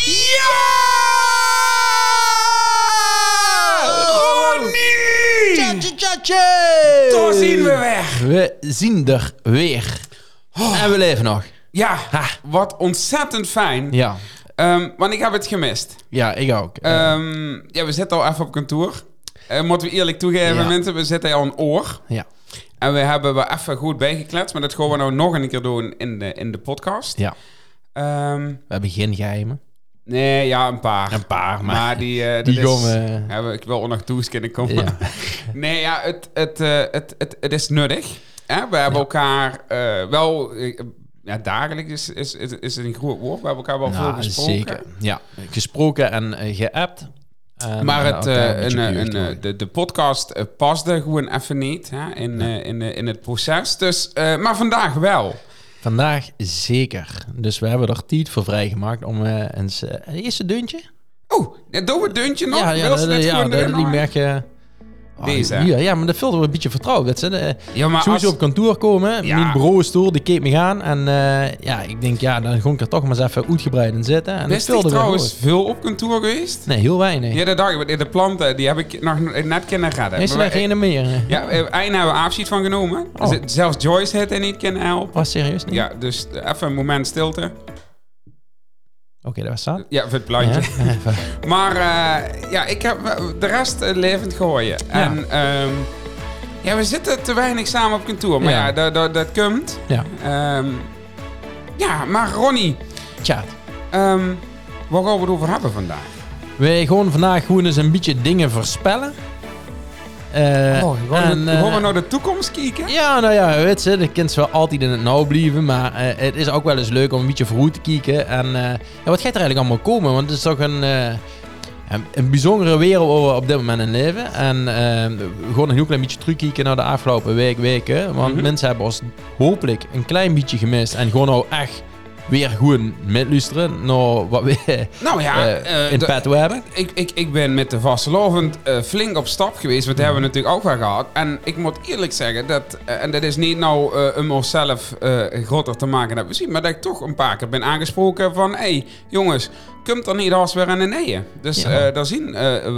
Ja! Ronnie! Daar zien we weer. We zien er weer. En we leven nog. Ja, wat ontzettend fijn. Ja. Want ik heb het gemist. Ja, ik ook. We zitten al even op kantoor. Moeten we eerlijk toegeven, mensen. We zitten al een oor. Ja. En we hebben wel even goed bijgekletst. Maar dat gaan we nou nog een keer doen in de podcast. Ja. We hebben geen geheimen. Nee, ja, een paar. Een paar, maar die ik wil er nog toe kunnen komen. Ja. Nee, ja, het is nuttig. We hebben elkaar wel... dagelijks is een groot woord. We hebben elkaar wel veel gesproken. Zeker. Ja, gesproken en geappt. Maar de podcast paste gewoon even niet in het proces. Dus, maar vandaag wel. Vandaag zeker. Dus we hebben er tijd voor vrijgemaakt om eens... eerste deuntje? Oh, doen we het deuntje nog? Die merk je... Deze. Ja, maar dat vulde we een beetje vertrouwen. Sowieso op kantoor komen. Ja. Mijn bureaustoel, die keek me aan. En ik denk, dan ga ik er toch maar eens even uitgebreid in zitten. En is er trouwens veel op kantoor geweest? Nee, heel weinig. Ja, dat dacht ik. De planten, die heb ik nog net kunnen redden. Is er geen meer? Ja, eind hebben we afscheid van genomen. Oh. Dus zelfs Joyce heeft er niet kunnen helpen. Was serieus niet? Ja, dus even een moment stilte. Oké, dat was dat. Ja, voor het plantje. Ja. Maar ik heb de rest levend gooien. Ja. En we zitten te weinig samen op kantoor. Maar dat komt. Ja. Maar Ronnie. Tja. Waar gaan we het over hebben vandaag? Wij gaan vandaag gewoon eens een beetje dingen voorspellen. Gaan we naar de toekomst kijken? Ja, nou ja, weet je, dat kind wel altijd in het nauw blijven, maar het is ook wel eens leuk om een beetje vooruit te kijken. En wat gaat er eigenlijk allemaal komen? Want het is toch een bijzondere wereld op dit moment in leven. En we gaan een heel klein beetje terugkijken naar de afgelopen weken. Want mensen hebben ons hopelijk een klein beetje gemist en gewoon nou echt weer gewoon metluisteren naar wat we in petto hebben. Ik ben met de vastelovend flink op stap geweest. Want dat hebben we natuurlijk ook wel gehad. En ik moet eerlijk zeggen dat... en dat is niet nou om onszelf groter te maken dat we zien. Maar dat ik toch een paar keer ben aangesproken van... Hé, jongens, komt er niet als weer aan de neeën. Dus daar zien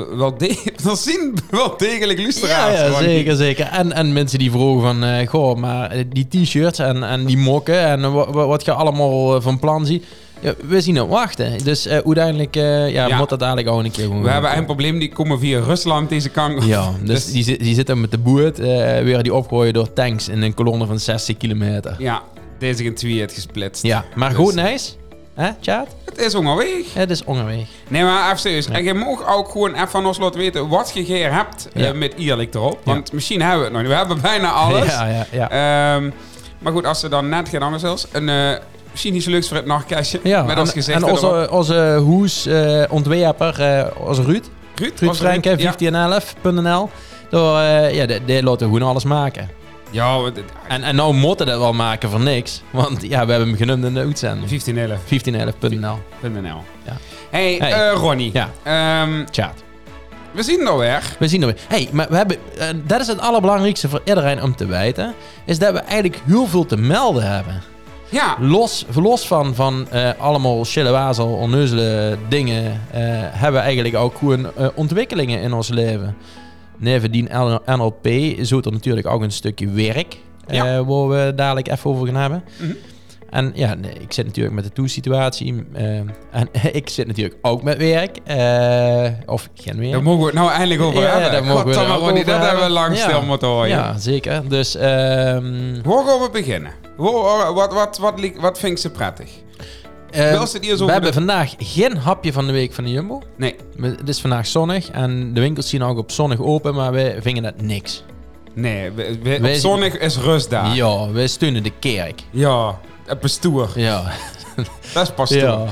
wel degelijk luisteraars. Ja, zeker. En mensen die vroegen van... maar die t-shirts en die mokken en wat je allemaal van plan ziet. Ja, we zien het wachten. Dus uiteindelijk moet dat eigenlijk ook een keer doen. We hebben een probleem, die komen via Rusland deze kant. Ja, dus die zitten met de boot weer die opgooien door tanks in een kolonne van 60 kilometer. Ja, deze in twee het gesplitst. Ja, maar dus. Goed nice. Hè, chat? Het is onderweg. Het is onderweg. Nee, maar even serieus. Ja. En je mag ook gewoon even van ons laten weten wat je hier hebt met eerlijk erop. Want misschien hebben we het nog niet. We hebben bijna alles. Ja. Maar goed, als ze dan net geen anders is. Misschien niet zo leuks voor het nachtkastje. Ja, met als gezicht en onze hoesontwerper, onze Ruud Frenke, 1511.nl. Die laten gewoon alles maken. Ja, en nou moeten we dat wel maken voor niks. Want we hebben hem genoemd in de uitzending. 1511.nl. Ja. Hey. Ronnie. Ja. Chat. We zien het weer. Hey, maar we hebben... dat is het allerbelangrijkste voor iedereen om te weten. Is dat we eigenlijk heel veel te melden hebben. Ja. Los van allemaal chillewazel, onneuzele dingen... hebben we eigenlijk ook gewoon ontwikkelingen in ons leven. Neven die NLP zoet er natuurlijk ook een stukje werk. Waar we dadelijk even over gaan hebben. Mm-hmm. En ik zit natuurlijk met de toesituatie. En ik zit natuurlijk ook met werk. Of geen werk. Daar mogen we het nou eindelijk over hebben. Daar mogen we het over dat hebben we lang stil moeten horen. Ja, zeker. Dus... Waar gaan we beginnen? Wat vind je prettig? We hebben vandaag geen hapje van de week van de Jumbo. Nee. Het is vandaag zonnig en de winkels zien ook op zonnig open, maar wij vingen dat niks. Nee, op zonnig is rust daar. Ja, wij steunen de kerk. Ja, het bestuur. Ja. Dat is pastoor. Ja.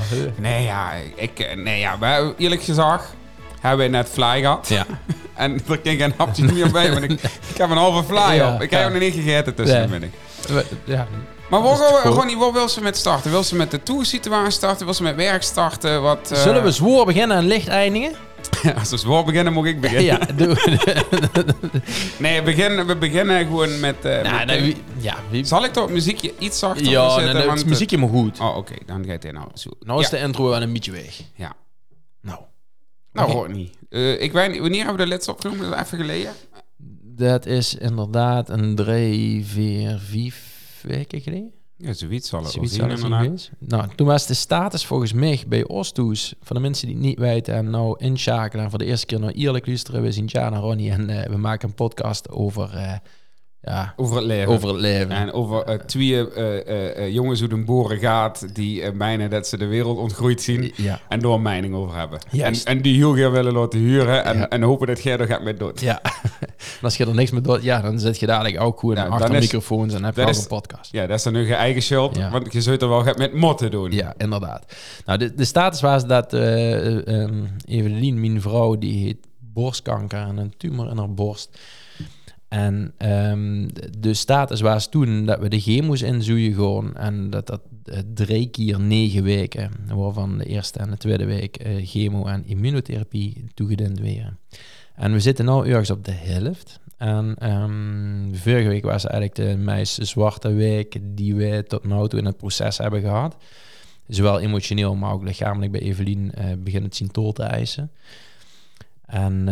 We eerlijk gezegd hebben we net fly gehad. Ja. En er ging geen hapje meer bij, want ik heb een halve fly op. Ik heb hem nog niet gegeten tussen de middag. Ja. Maar Ronnie, waar wil ze met starten? Wil ze met de tour-situatie starten? Wil ze met werk starten? Zullen we zwoer beginnen en licht eindigen? Als we zwaar beginnen, mag ik beginnen. Ja, doe. Nee, we beginnen gewoon met... Zal ik toch het muziekje iets zachter zetten? Ja, het muziekje maar goed. Oh, oké. Dan gaat hij nou zo. Nou is de intro wel een beetje weg. Ja. Nou, Rodney. Ik weet niet, wanneer hebben we de laatste opgenomen? Dat is even geleden. Dat is inderdaad een 3, 4, 5 weken geleden. Ja, zoiets zal het wel Zoiets zien, zal het inderdaad. geweest. Nou, toen was de status volgens mij bij Ostoes, voor de mensen die het niet weten en nou inschakelen en voor de eerste keer naar eerlijk luisteren, we zien Jan en Ronnie en we maken een podcast over Over het leven. over het leven. En over twee jongens hoe de boren gaat, die mijnen dat ze de wereld ontgroeid zien Ja. en door een mening over hebben. Juist. En die heel graag willen laten huren en, Ja. en hopen dat jij er gaat mee doet. Ja, en als je er niks mee doet, ja, dan zit je dadelijk ook gewoon Ja, achter dan is- microfoons en heb je dat ook is- een podcast. Ja, dat is dan nu je eigen schuld, Ja. want je zult er wel gaat met motten doen. Ja, inderdaad. Nou, de status was dat Evelien, mijn vrouw, die heeft borstkanker en een tumor in haar borst. En de status was toen dat we de chemo's inzoeien gewoon en dat 3 keer 9 weken, waarvan de eerste en de tweede week chemo en immunotherapie toegediend werden. En we zitten nu ergens op de helft. En vorige week was eigenlijk de meest zwarte week die we tot nu toe in het proces hebben gehad. Zowel emotioneel, maar ook lichamelijk bij Evelien begint het zijn tol te eisen. En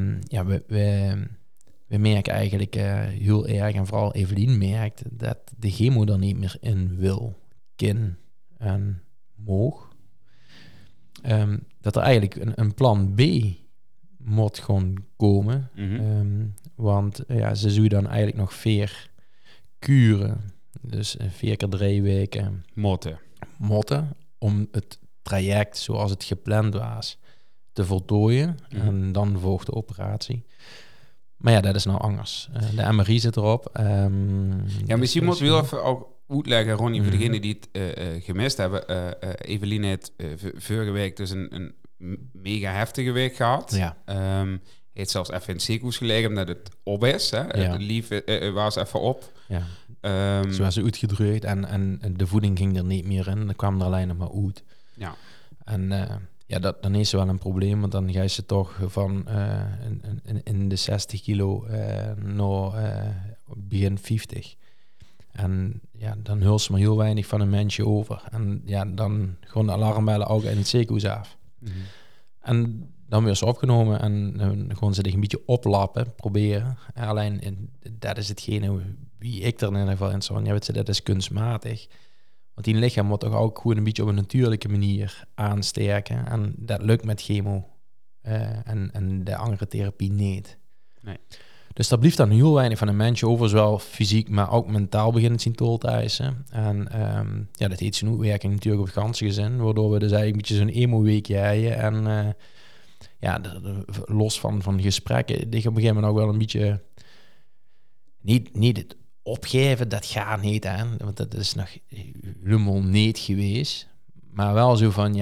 we merken eigenlijk heel erg, en vooral Evelien merkt, dat de chemo er niet meer in wil, kan en moog. Dat er eigenlijk een plan B moet gewoon komen. Mhm. Want ze zou dan eigenlijk nog 4 kuren, dus 4 keer 3 weken Motten. moeten om het traject zoals het gepland was te voltooien. Mhm. En dan volgt de operatie. Maar ja, dat is nou anders. De MRI zit erop. Ja, misschien dus, moeten we heel even ook uitleggen, Ronnie, voor Mhm. degenen die het gemist hebben. Evelien heeft vorige week dus een mega heftige week gehad. Ja, Heeft zelfs even in het ziekenhuis gelegen omdat het op is. Hè? Ja. Het lief was even op. ja. Ehm, Zo was ze uitgedrukt en de voeding ging er niet meer in. Dan kwam er alleen nog maar uit. Ja. En dan is ze wel een probleem, want dan ga je ze toch van in de 60 kilo naar begin 50. En ja, dan hult ze maar heel weinig van een mensje over. En ja, dan gewoon de alarmbellen ook in het ziekenhuis af. Mhm. En dan weer ze opgenomen en gewoon ze zich een beetje oplappen, proberen. En alleen, dat is hetgene wie ik er in ieder geval in zou. Ja, weet je, dat is kunstmatig. Want die lichaam moet toch ook gewoon een beetje op een natuurlijke manier aansterken. En dat lukt met chemo en de andere therapie niet. Nee. Dus daar blijft dan heel weinig van een mensje over, zowel fysiek, maar ook mentaal beginnen het zien tol te eisen. En dat heeft zijn uitwerking natuurlijk op het ganse gezin, waardoor we dus eigenlijk een beetje zo'n emo-weekje hebben. En los van gesprekken, ligt op een gegeven moment ook wel een beetje niet het opgeven, dat gaat niet aan, want dat is nog helemaal niet geweest. Maar wel zo van,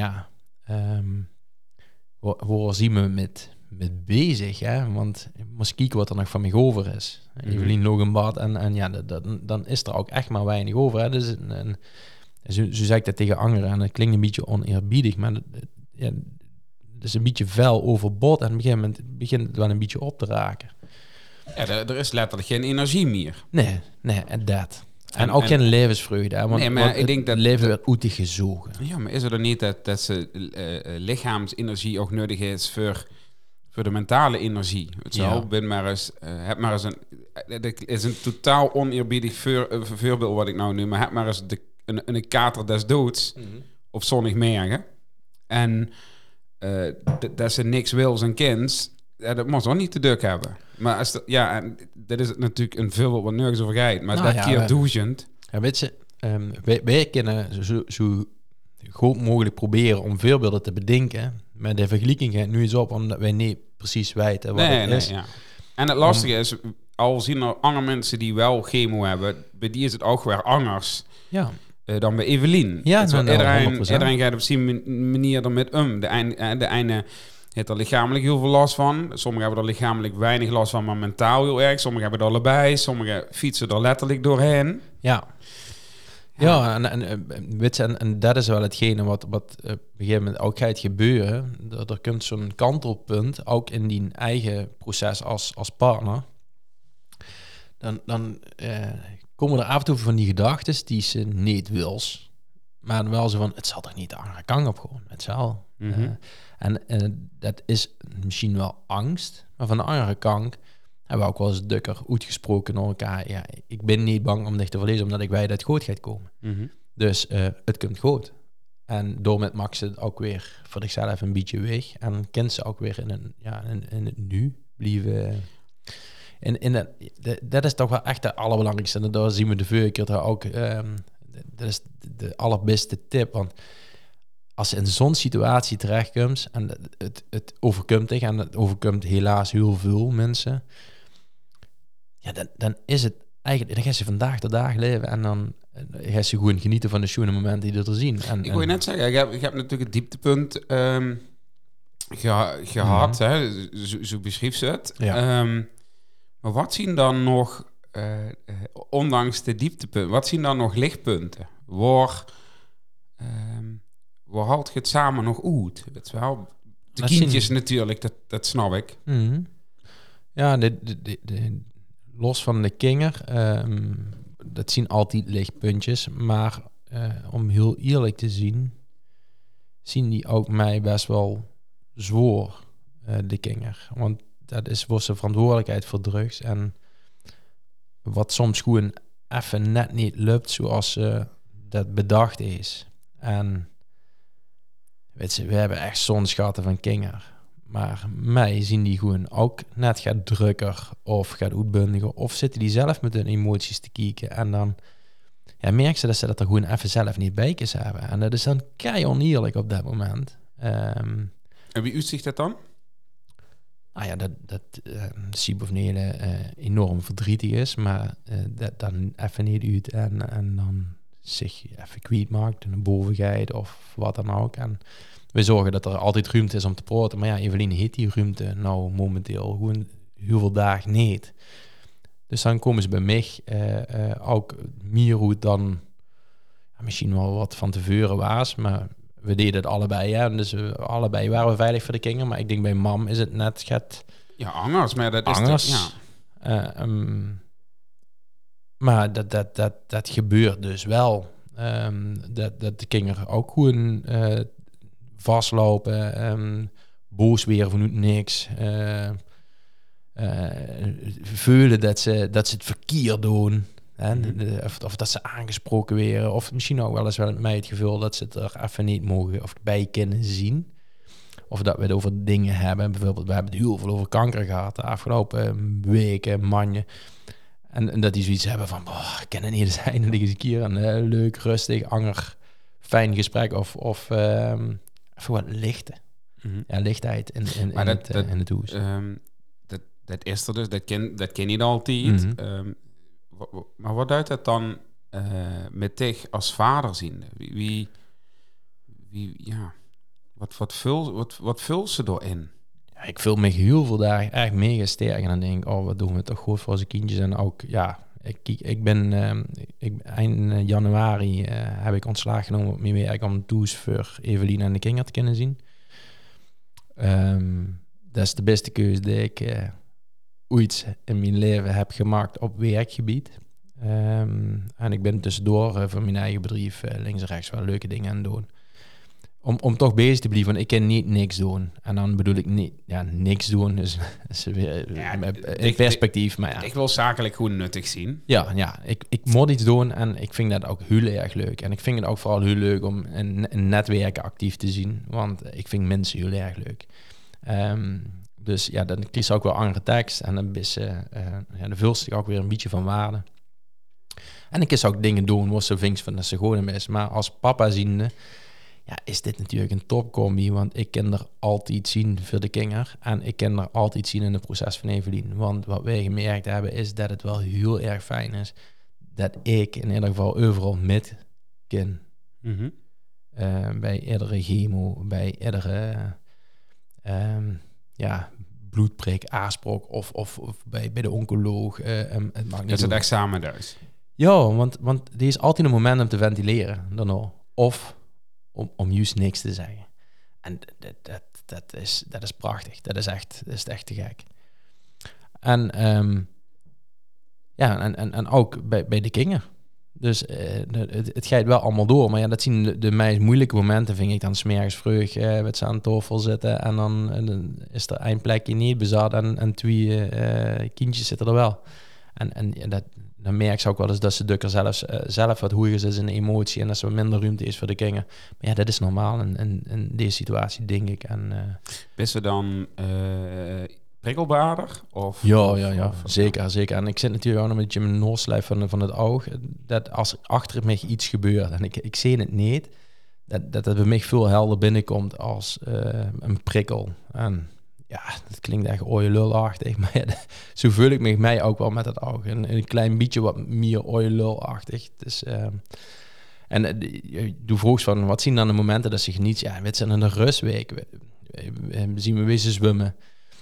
waar zien we met bezig, hè? Want moest kijken wat er nog van mij over is. Mhm. Evelien loog in bad en dan is er ook echt maar weinig over. Hè? Dus zo zeg ik dat tegen anderen en dat klinkt een beetje oneerbiedig, maar dat is een beetje vuil over bord en op een gegeven moment begint het wel een beetje op te raken. Ja, er is letterlijk geen energie meer. Nee, en dat. En ook geen levensvreugde, hè? Want, Nee, maar want ik denk het dat- leven werd uit gezogen. Ja, maar is er dan niet dat ze lichaamsenergie ook nodig is voor de mentale energie? Het Ja. zo, ben maar eens, heb maar eens het is een totaal oneerbiedig voorbeeld wat ik nou nu, maar heb maar eens een kater des doods op zonnig mergen. En dat ze niks wil zijn kind, dat moet ze ook niet te druk hebben. Maar als en dat is natuurlijk een voorbeeld wat nergens over gaat, maar Nou dat ja, keer we- 1000. Ja, weet je, wij kunnen zo goed mogelijk proberen om voorbeelden te bedenken. Maar de vergelijking gaat nu eens op, omdat wij niet precies weten wat het is. Ja. En het lastige is, al zien er andere mensen die wel chemo hebben, bij die is het ook weer anders Ja, dan bij Evelien. Ja, Het is wel- nou, iedereen 100%. gaat op zijn manier ermee om. De ene heeft er lichamelijk heel veel last van. Sommigen hebben er lichamelijk weinig last van, maar mentaal heel erg. Sommigen hebben er allebei. Sommigen fietsen er letterlijk doorheen. ja. Ja, en dat is wel hetgene wat op een gegeven moment ook gaat gebeuren. Er komt zo'n kantelpunt, ook in die eigen proces als partner. Dan komen er af en toe van die gedachten die ze niet wils. Maar wel zo van, het zal toch niet de andere kant op gewoon. Het zal. En dat is misschien wel angst. Maar van de andere kant hebben we ook wel eens dukker uitgesproken naar elkaar. Ja, ik ben niet bang om dich te verliezen, omdat ik weet dat het goed gaat komen. Dus het komt goed. En door met Max het ook weer voor zichzelf een beetje weg. En kent ze ook weer in het nu blijven. Dat is toch wel echt het allerbelangrijkste. En daar zien we de vorige keer daar ook. Dat is de allerbeste tip. Want als je in zo'n situatie terechtkomt en het overkomt zich, en het overkomt helaas heel veel mensen, ja, dan is het eigenlijk, dan ga je vandaag de dag leven en dan ga je gewoon genieten van de schöne momenten die er te zien. Ik wil je net zeggen, ik heb natuurlijk het dieptepunt gehad, hè, zo beschreef ze het. Ja. Maar wat zien dan nog, ondanks de dieptepunten, wat zien dan nog lichtpunten? Waar haalt je het samen nog uit? Weet je wel? De kindjes natuurlijk, dat snap ik. Ja, los van de kinger, dat zien altijd lichtpuntjes. Maar om heel eerlijk te zien die ook mij best wel zwaar, de kinger. Want dat is voor zijn verantwoordelijkheid voor drugs. En wat soms gewoon even net niet lukt zoals dat bedacht is. En weet je, we hebben echt zo'n schatten van kinger. Maar mij zien die gewoon ook net gaat drukker of gaat uitbundiger. Of zitten die zelf met hun emoties te kijken. En dan merk ze dat er gewoon even zelf niet bij kunnen hebben. En dat is dan kei oneerlijk op dat moment. En wie uitzicht dat dan? Nou ja, dat Siep of Nele enorm verdrietig is. Maar dat dan even niet uit. En dan zich even kwijt maakt. Een bovigheid of wat dan ook. En we zorgen dat er altijd ruimte is om te praten. Maar ja, Evelien heeft die ruimte nou momenteel gewoon heel veel dagen niet. Dus dan komen ze bij mij ook meer hoe dan misschien wel wat van tevoren was. Maar we deden het allebei. Hè? Dus allebei waren we veilig voor de kinderen. Maar ik denk bij mam is het net gaat... Ja, anders. Maar dat anders. is... Maar dat gebeurt dus wel. Dat de kinderen ook gewoon... vastlopen, boos weer vanuit niks, voelen dat ze het verkeerd doen, hè? Of dat ze aangesproken werden, of misschien ook wel eens wel mij het gevoel dat ze het er even niet mogen of bij kunnen zien, of dat we het over dingen hebben, bijvoorbeeld we hebben het heel veel over kanker gehad de afgelopen weken, maanden, en dat die zoiets hebben van, ik kan het niet zijn, en eens een keer een leuk, rustig, anger, fijn gesprek of voor wat lichte. Ja, lichtheid in het huis. Dat is er dus, dat ken je niet altijd. Maar wat duidt dat dan met dich als vader zien? Wat vult ze erin? Ja, ik vul me heel veel dagen echt mega sterk en dan denk ik, wat doen we toch goed voor onze kindjes. En ook, ik ben eind januari heb ik ontslag genomen op mijn werk om toes voor Evelien en de kinderen te kunnen zien. Dat is de beste keuze die ik ooit in mijn leven heb gemaakt op werkgebied. En ik ben tussendoor voor mijn eigen bedrijf links en rechts wel leuke dingen aan het doen. Om toch bezig te blijven, want ik kan niet niks doen. En dan bedoel ik niet, niks doen is weer in perspectief. Maar ja. Ik wil zakelijk goed nuttig zien. Ja, ik moet iets doen en ik vind dat ook heel erg leuk. En ik vind het ook vooral heel leuk om een netwerken actief te zien, want ik vind mensen heel erg leuk. Dus ja, dan kies ik ook wel andere tekst en dan is de vulstig ook weer een beetje van waarde. En ik kies ook dingen doen waar ze vindt van dat ze gewoon is. Maar als papa ziende, is dit natuurlijk een topcombi, want ik kan er altijd zien voor de kinder en ik kan er altijd zien in het proces van Evelien. Want wat wij gemerkt hebben is dat het wel heel erg fijn is dat ik in ieder geval overal met kan. Bij iedere chemo, bij iedere bloedprik, aansprok of bij de oncoloog. Het maakt niet dat het echt samen thuis. Ja, want er is altijd een moment om te ventileren daarna. Of om juist niks te zeggen. En dat is prachtig. Dat is echt te gek. En en ook bij de kingen. Dus het gaat wel allemaal door. Maar ja, dat zien de meest moeilijke momenten, vind ik dan 's middags vroeg met ze aan tafel zitten. En dan is er één plekje niet bezat en 2 kindjes zitten er wel. En dan merk je ook wel eens dat ze dukker zelf wat hoeiger is in de emotie. En dat er wat minder ruimte is voor de kingen. Maar ja, dat is normaal in deze situatie, denk ik. Bist we dan prikkelbaarder? Ja. Zeker. En ik zit natuurlijk ook nog met Jim Noorslijf van het oog. Dat als achter mij iets gebeurt en ik zie het niet, dat bij mij veel helder binnenkomt als een prikkel. En ja, dat klinkt echt ooielulachtig, maar ja, zo voel ik mij ook wel met het oog. Een klein beetje wat meer ooielulachtig. Dus, doe vroeg van, wat zien dan de momenten dat ze geniet? Ja, we zijn in een rustweek. We zien we wezen zwemmen.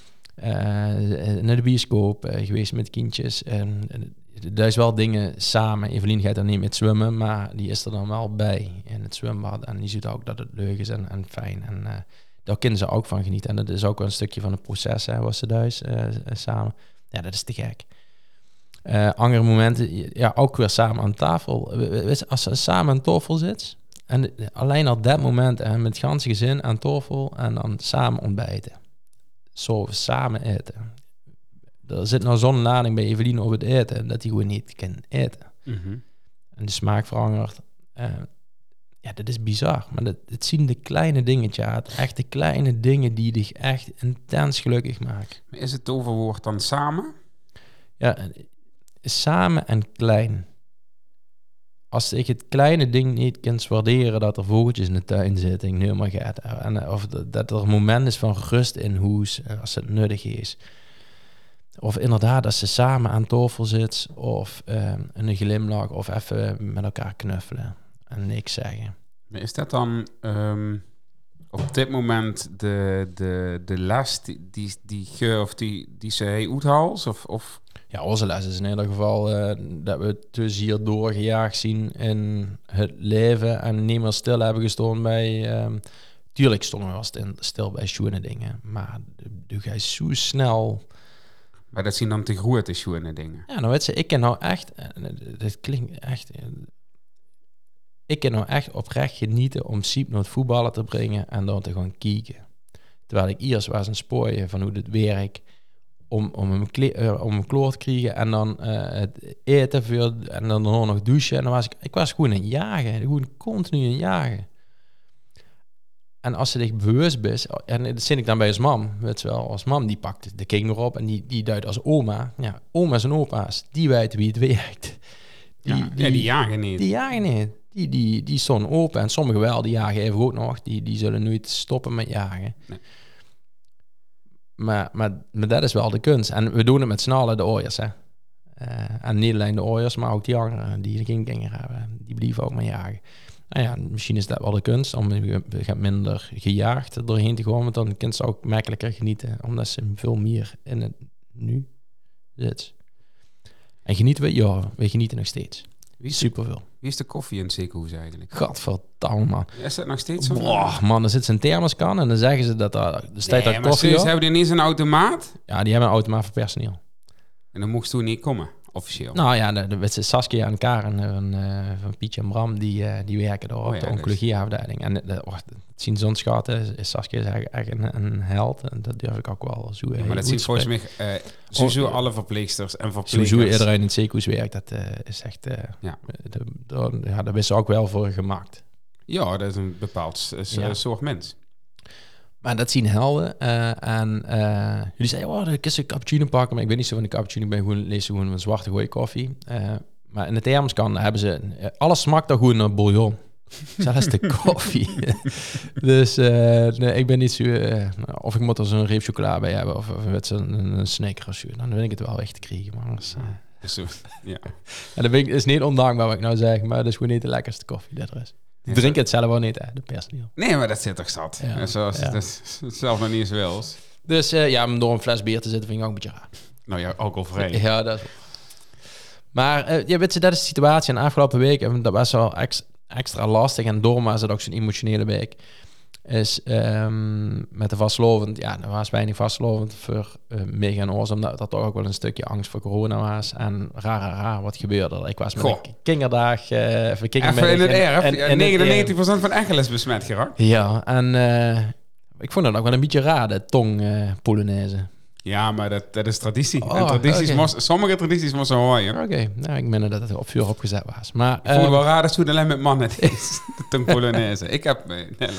Naar de bioscoop geweest met kindjes. Er is wel dingen samen. Evelien gaat dan niet met zwemmen, maar die is er dan wel bij in het zwembad. En die ziet ook dat het leuk is en fijn. En daar kunnen ze ook van genieten. En dat is ook wel een stukje van het proces, hè, was ze thuis samen. Ja, dat is te gek. Andere momenten, ja, ook weer samen aan tafel. Als ze samen aan tafel zit, en alleen al dat moment met het ganse gezin aan tafel en dan samen ontbijten. Zo samen eten. Er zit nou zo'n lading bij Evelien over het eten, dat hij gewoon niet kan eten. Mm-hmm. En de smaak verandert. Ja, dat is bizar. Maar het zien de kleine dingetjes uit. Echt de kleine dingen die dich echt intens gelukkig maken. Is het toverwoord dan samen? Ja, samen en klein. Als ik het kleine ding niet kan waarderen dat er vogeltjes in de tuin zitten, ik nu maar gaat. Of dat er een moment is van rust in huis, als het nuttig is. Of inderdaad, als ze samen aan tafel zit, of een glimlach, of even met elkaar knuffelen en niks zeggen. Maar is dat dan op dit moment de les die geur of die ze uithaalt? Of? Ja, onze les is in ieder geval dat we het dus hier doorgejaagd zien in het leven en niet meer stil hebben gestaan bij... tuurlijk stonden we wel stil bij schoenen dingen, maar doe jij zo snel... Maar dat zien dan te groeien schoenen dingen. Ja, nou weet je, ik kan nou echt... dit klinkt echt... ik kan nou echt oprecht genieten om Siep naar het voetballen te brengen en dan te gaan kijken. Terwijl ik eerst was een spoorje van hoe dit werkt... om hem kloor te krijgen en dan het eten voor, en dan nog douchen. En dan was ik was gewoon een jagen. Gewoon continu een jagen. En als ze zich bewust is, en dat zit ik dan bij als mam, weet je wel, als mam die pakt de kinder op en die duidt als oma. Ja, oma's en opa's, die weten wie het werkt. Die jagen niet. Die jagen niet. Die staan open en sommigen wel, die jagen even ook nog. Die zullen nooit stoppen met jagen. Nee. Maar dat is wel de kunst. En we doen het met z'n allen, de ooiers, hè. En niet alleen de ooiers, maar ook die anderen die geen kinder hebben. Die blijven ook maar jagen. Nou ja, misschien is dat wel de kunst, om minder gejaagd doorheen te gaan, want dan kunnen ze ook makkelijker genieten, omdat ze veel meer in het nu zit. En genieten we? Ja, we genieten nog steeds. Superveel. Wie is de koffie in het ziekenhuis eigenlijk? Gadverdamme, man. Is dat nog steeds zo? Boah, man, er zit zo'n thermoskan en dan zeggen ze dat er staat dat koffie op. Hebben die niet zo'n automaat? Ja, die hebben een automaat voor personeel. En dan mocht toen niet komen, officieel? Nou ja, de Saskia en Karen van Pietje en Bram, die werken daar op de oncologieafdeling. En het zien zo'n schatten is Saskia echt een held. En dat durf ik ook wel zo. Ja, maar dat zien volgens mij sowieso alle verpleegsters en verplegers. Sowieso iedereen in het ziekenhuis werkt, dat is echt... daar is ook wel voor gemaakt. Ja, dat is een bepaald soort mens. Maar dat zien helden. Jullie zeiden, ik is een cappuccino pakken. Maar ik ben niet zo van de cappuccino. Ik ben lees gewoon een zwarte goeie koffie. Maar in de thermoskan hebben ze... alles smaakt daar gewoon naar bouillon. Zelfs de koffie. Dus nee, ik ben niet zo... of ik moet er zo'n reep chocola bij hebben. Of een Snickers of zo. Dan vind ik het wel echt te krijgen. Maar anders, ja. En dat is niet ondankbaar wat ik nou zeg. Maar dat is gewoon niet de lekkerste koffie dat er is. Ik drink het zelf wel niet, hè, de personeel. Nee, maar dat zit toch zat. Ja. Zoals dat zelf nog niet zo wils. Dus om door een fles bier te zitten vind ik ook een beetje raar. Nou ja, alcoholvrij. Ja, dat is... Maar weet je, dat is de situatie. En de afgelopen week, dat was wel extra lastig. En door was het ook zo'n emotionele week. Is met de vastlovend, er was weinig vastlovend voor Mig en Oors, omdat er toch ook wel een stukje angst voor corona was. En raar, wat gebeurde er? Ik was met een kinderdag, even in het erf, en 99% van Echelen is besmet geraakt. Ja, en ik vond het ook wel een beetje raar, de tong Polonaise. Ja, maar dat is traditie. En tradities sommige tradities moesten horen. Oké, nou, ik meen dat het op vuur opgezet was. Maar, ik voel wel raar dat het alleen met mannen is. De tong Polonaise. Ik heb... Nee,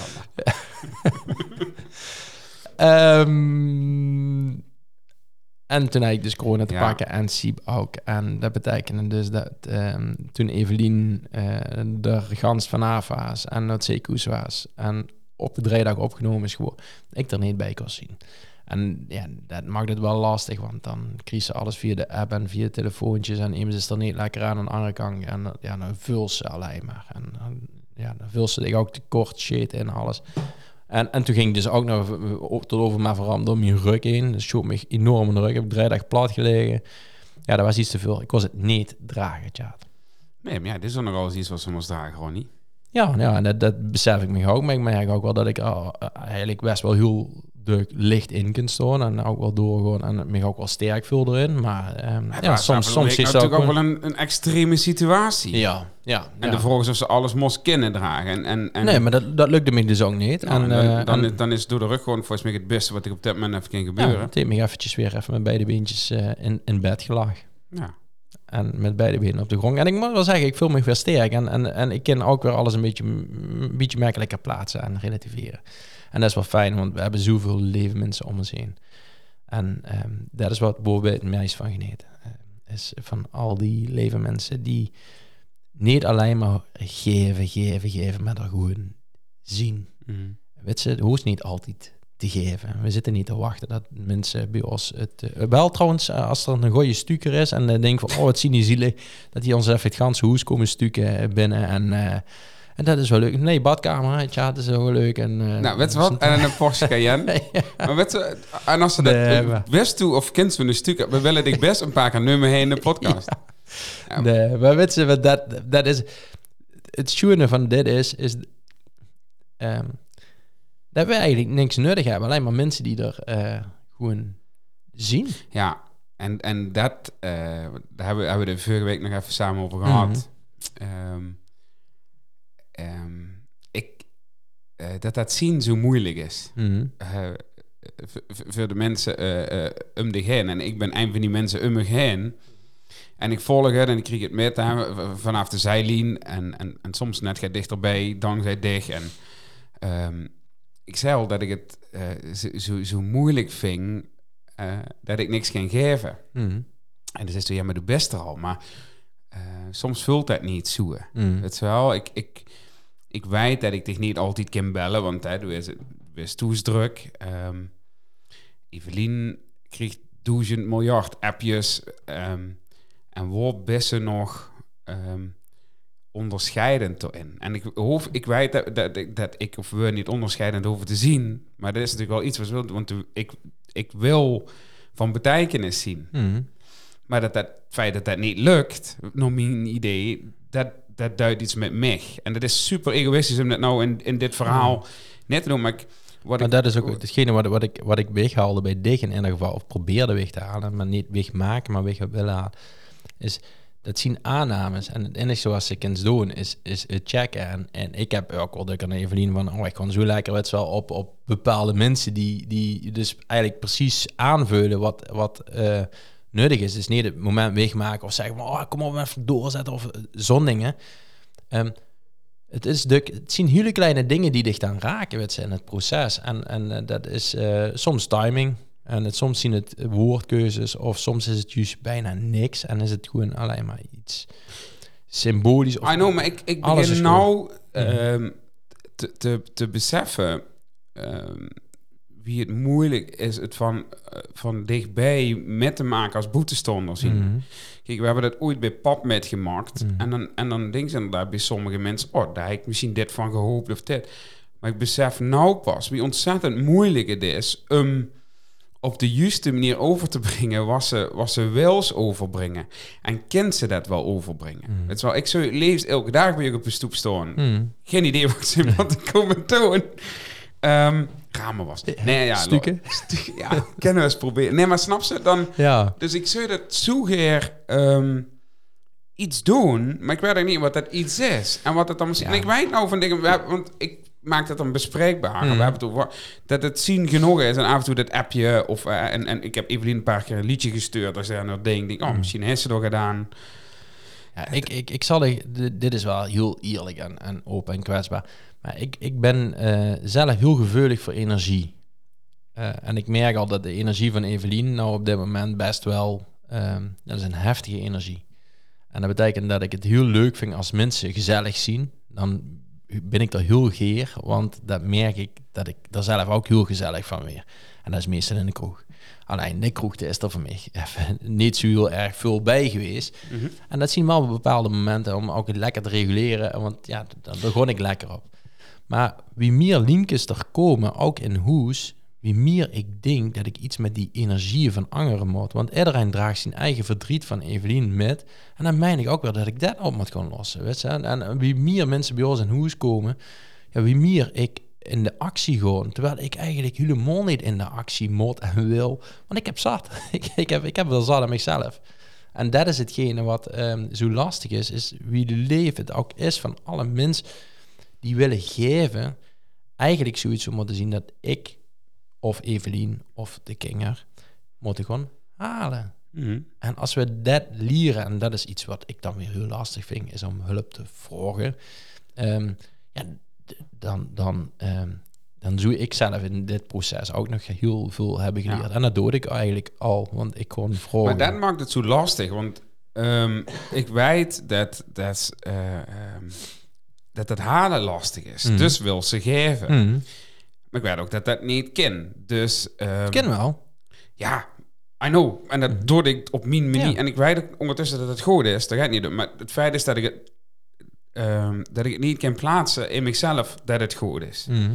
en toen had ik dus corona te pakken en Siep ook. En dat betekende dus dat toen Evelien er gans vanaf was en dat zeekoes was en op de 3 dagen opgenomen is geworden, ik er niet bij kon zien. En ja, dat maakt het wel lastig, want dan kreeg ze alles via de app en via telefoontjes en iemand is er niet lekker aan de andere kant. En dan vul ze alleen maar. En dan vul ze ook tekort shit en alles. En toen ging ik dus ook nog tot over mijn veranderd door mijn rug heen. Dus schoot me enorm in de rug. Ik heb 3 dagen plat gelegen. Ja, dat was iets te veel. Ik kon het niet dragen, tjaat. Nee, maar dit is dan nog wel eens iets wat ze moest dragen, gewoon niet. Ja, en dat besef ik me ook. Maar ik merk ook wel dat ik eigenlijk best wel heel licht in kan staan. En ook wel doorgaan. En me ook wel sterk voel erin. Maar soms is het natuurlijk ook wel een extreme situatie. Ja. En de vraag is of ze alles moest kunnen dragen. Nee, maar dat lukte me dus ook niet. Ja, dan is door de rug gewoon volgens mij het beste wat ik op dat moment even kan gebeuren. Ja, het heeft me eventjes weer even met beide beentjes in bed gelagen. Ja. En met beide benen op de grond. En ik moet wel zeggen, ik voel me weer sterk. En ik kan ook weer alles een beetje makkelijker plaatsen en relativeren. En dat is wel fijn, want we hebben zoveel leven mensen om ons heen. En dat is wat boven het meest van genieten. Is van al die leven mensen die niet alleen maar geven, maar er gewoon zien. Mm. Weet je, het hoeft niet altijd te geven. We zitten niet te wachten dat mensen bij ons het... wel trouwens, als er een goeie stuker is en denken van, wat zien die zielig, dat die ons even het ganse hoes komen stukken binnen en dat is wel leuk. Nee, badkamer, ja, dat is wel leuk. En, nou, weet je wat? En een Porsche Cayenne. Ja. Maar weet je, en als ze dat best toe of kind van een stuk, we willen ik best een paar keer nummer heen in de podcast. Ja. Nee, maar weet je wat dat is... Het schoenen van dit is dat we eigenlijk niks nodig hebben. Alleen maar mensen die er gewoon zien. Ja, en dat... daar hebben we de vorige week nog even samen over gehad. Dat zien zo moeilijk is. Voor de mensen om de heen. En ik ben een van die mensen om me heen. En ik volg het en ik kreeg het met vanaf de zijlijn. En soms net gaat dichterbij, dankzij dich. En ik zei al dat ik het zo moeilijk ving dat ik niks kan geven. En dan is ja, maar doe best er al. Maar soms vult dat niet zo. Het is wel, ik weet dat ik dich niet altijd kan bellen, want du is toesdruk. Evelien kreeg 1000 miljard appjes. En wordt best nog onderscheidend erin. En ik weet dat ik of we niet onderscheidend hoeven te zien, maar dat is natuurlijk wel iets wat wil, want ik wil van betekenis zien. Maar dat feit dat niet lukt, naar mijn idee, dat duidt iets met mij. En dat is super egoïstisch om dat nou in dit verhaal net te doen. Maar dat is ook hetgene wat ik weghaalde bij dich in ieder geval, of probeerde weg te halen, maar niet wegmaken, maar weg willen halen, is dat zien aannames. En het enige zoals ze kunnen doen is het checken. En ik heb ook wel dat ik aan Evelien van, ik kan zo lekker het wel op bepaalde mensen die dus eigenlijk precies aanvullen wat nodig is. Dus niet het moment wegmaken of zeggen, kom op, even doorzetten of zo'n dingen. Het zijn hele kleine dingen die dich dan raken in het proces. En dat is soms timing. En soms zien het woordkeuzes of soms is het juist bijna niks. En is het gewoon alleen maar iets symbolisch. I know, maar ik begin nou te beseffen wie het moeilijk is het van dichtbij met te maken als boetestonder zien. Kijk, we hebben dat ooit bij PubMed gemaakt. En dan denk je inderdaad bij sommige mensen, daar heb ik misschien dit van gehoopt of dit. Maar ik besef nou pas wie ontzettend moeilijk het is op de juiste manier over te brengen, was ze wils overbrengen. En kent ze dat wel overbrengen. Het is wel, ik zou leefst elke dag bij je op de stoep staan. Geen idee wat ze moeten komen doen. Ramen was. Nee, ja, Stukken. Ja, kunnen we eens proberen. Nee, maar snap ze dan? Ja. Dus ik zou dat zo graag iets doen, maar ik weet ook niet wat dat iets is. En wat het dan misschien... Ja. En ik weet nou van dingen... Want ik maak dat dan bespreekbaar. We hebben het over dat het zien genoeg is. En af en toe dat appje. Of, en ik heb Evelien een paar keer een liedje gestuurd. Als ze dat denk, misschien heeft ze dat gedaan. Ja, ik zal... Dit is wel heel eerlijk en open en kwetsbaar. Maar ik ben zelf heel gevoelig voor energie. En ik merk al dat de energie van Evelien nou op dit moment best wel... dat is een heftige energie. En dat betekent dat ik het heel leuk vind als mensen gezellig zien. Dan ben ik er heel geer, want dat merk ik dat ik er zelf ook heel gezellig van weer. En dat is meestal in de kroeg. Alleen de kroeg is er voor mij even niet zo heel erg veel bij geweest. Mm-hmm. En dat zien we op bepaalde momenten om ook het lekker te reguleren. Want ja, daar begon ik lekker op. Maar wie meer linkjes er komen, ook in huis, wie meer ik denk dat ik iets met die energieën van anderen moet. Want iedereen draagt zijn eigen verdriet van Evelien met. En dan meen ik ook wel dat ik dat op moet gaan lossen. Weet je? En wie meer mensen bij ons in huis komen, ja, wie meer ik in de actie ga. Terwijl ik eigenlijk helemaal niet in de actie moet en wil. Want ik heb zat. ik heb wel zat aan mezelf. En dat is hetgene wat zo lastig is wie de leven het ook is van alle mensen die willen geven. Eigenlijk zoiets om moeten zien dat ik of Evelien of de Kinger moeten gewoon halen. Mm-hmm. En als we dat leren, en dat is iets wat ik dan weer heel lastig vind, is om hulp te vragen. Dan zou ik zelf in dit proces ook nog heel veel hebben geleerd. Ja. En dat doe ik eigenlijk al, want ik gewoon vragen. Maar dat maakt het zo lastig, want ik weet dat het halen lastig is. Mm. Dus wil ze geven. Mm. Maar ik weet ook dat dat niet kan. Dus... ken wel. Ja, I know. En dat doe ik op mijn manier. Ja. En ik weet ook ondertussen dat het goed is. Dat gaat niet. Maar het feit is dat ik het niet kan plaatsen in mezelf dat het goed is. Mm.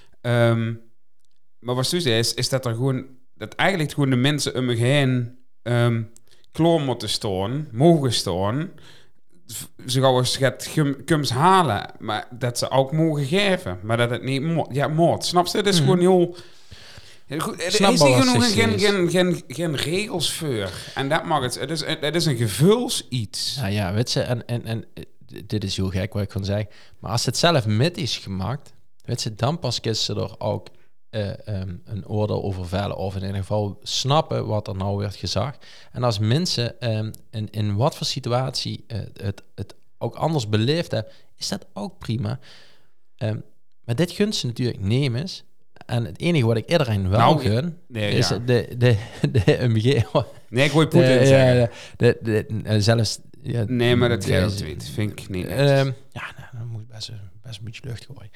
Maar wat dus is dat er gewoon... Dat eigenlijk gewoon de mensen om me heen klaar moeten staan, mogen staan... Ze gaan eens kums halen, maar dat ze ook mogen geven, maar dat het niet moet. Snap je? Het is gewoon heel... Er is geen regels voor. En dat mag het. Het is een gevoelsiets. Ja, weet je, en dit is heel gek wat ik kan zeggen, maar als het zelf met is gemaakt, weet je, dan pas kunnen ze er ook een oordeel over vellen, of in ieder geval snappen wat er nou werd gezegd. En als mensen in wat voor situatie het ook anders beleefd hebben, is dat ook prima. Maar dit gunst ze natuurlijk nemen. En het enige wat ik iedereen wel gun, is de MG. Nee, ik hoor Poetin zeggen. Zelfs... Ja, nee, maar dat tweet vind ik niet. Dan moet best een beetje lucht gooien.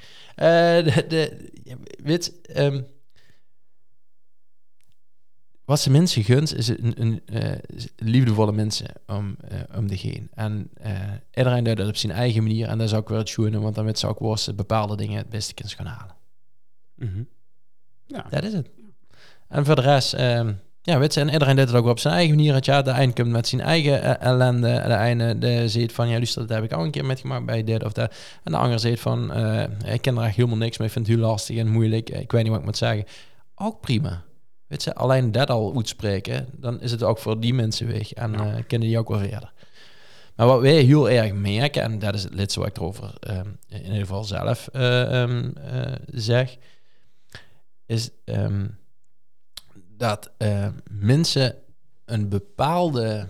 Wat ze mensen gunt, is een liefdevolle mensen om te gaan. En iedereen doet dat op zijn eigen manier. En dat is ook weer het schoenen, want dan weet ze ook waar ze bepaalde dingen het beste kunnen gaan halen. Mm-hmm. Ja. Dat is het. En voor de rest... weet je, en iedereen deed het ook op zijn eigen manier. Ja, de een komt met zijn eigen ellende. De ene zegt van, ja, luister, dat heb ik al een keer metgemaakt bij dit of dat. En de ander zegt van, ik ken er echt helemaal niks mee. Ik vind het heel lastig en moeilijk. Ik weet niet wat ik moet zeggen. Ook prima. Weet je, alleen dat al uitspreken, dan is het ook voor die mensen weg. En kennen die ook wel verder. Maar wat wij heel erg merken, en dat is het lidste wat ik erover in ieder geval zelf zeg, is... dat mensen een bepaalde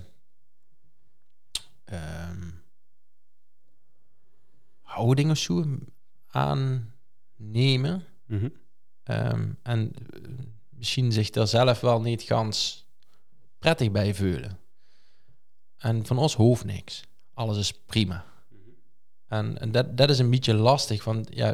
houding of zo aannemen. Mm-hmm. En misschien zich daar zelf wel niet gans prettig bij voelen. En van ons hoeft niks. Alles is prima. Mm-hmm. En dat is een beetje lastig, want ja...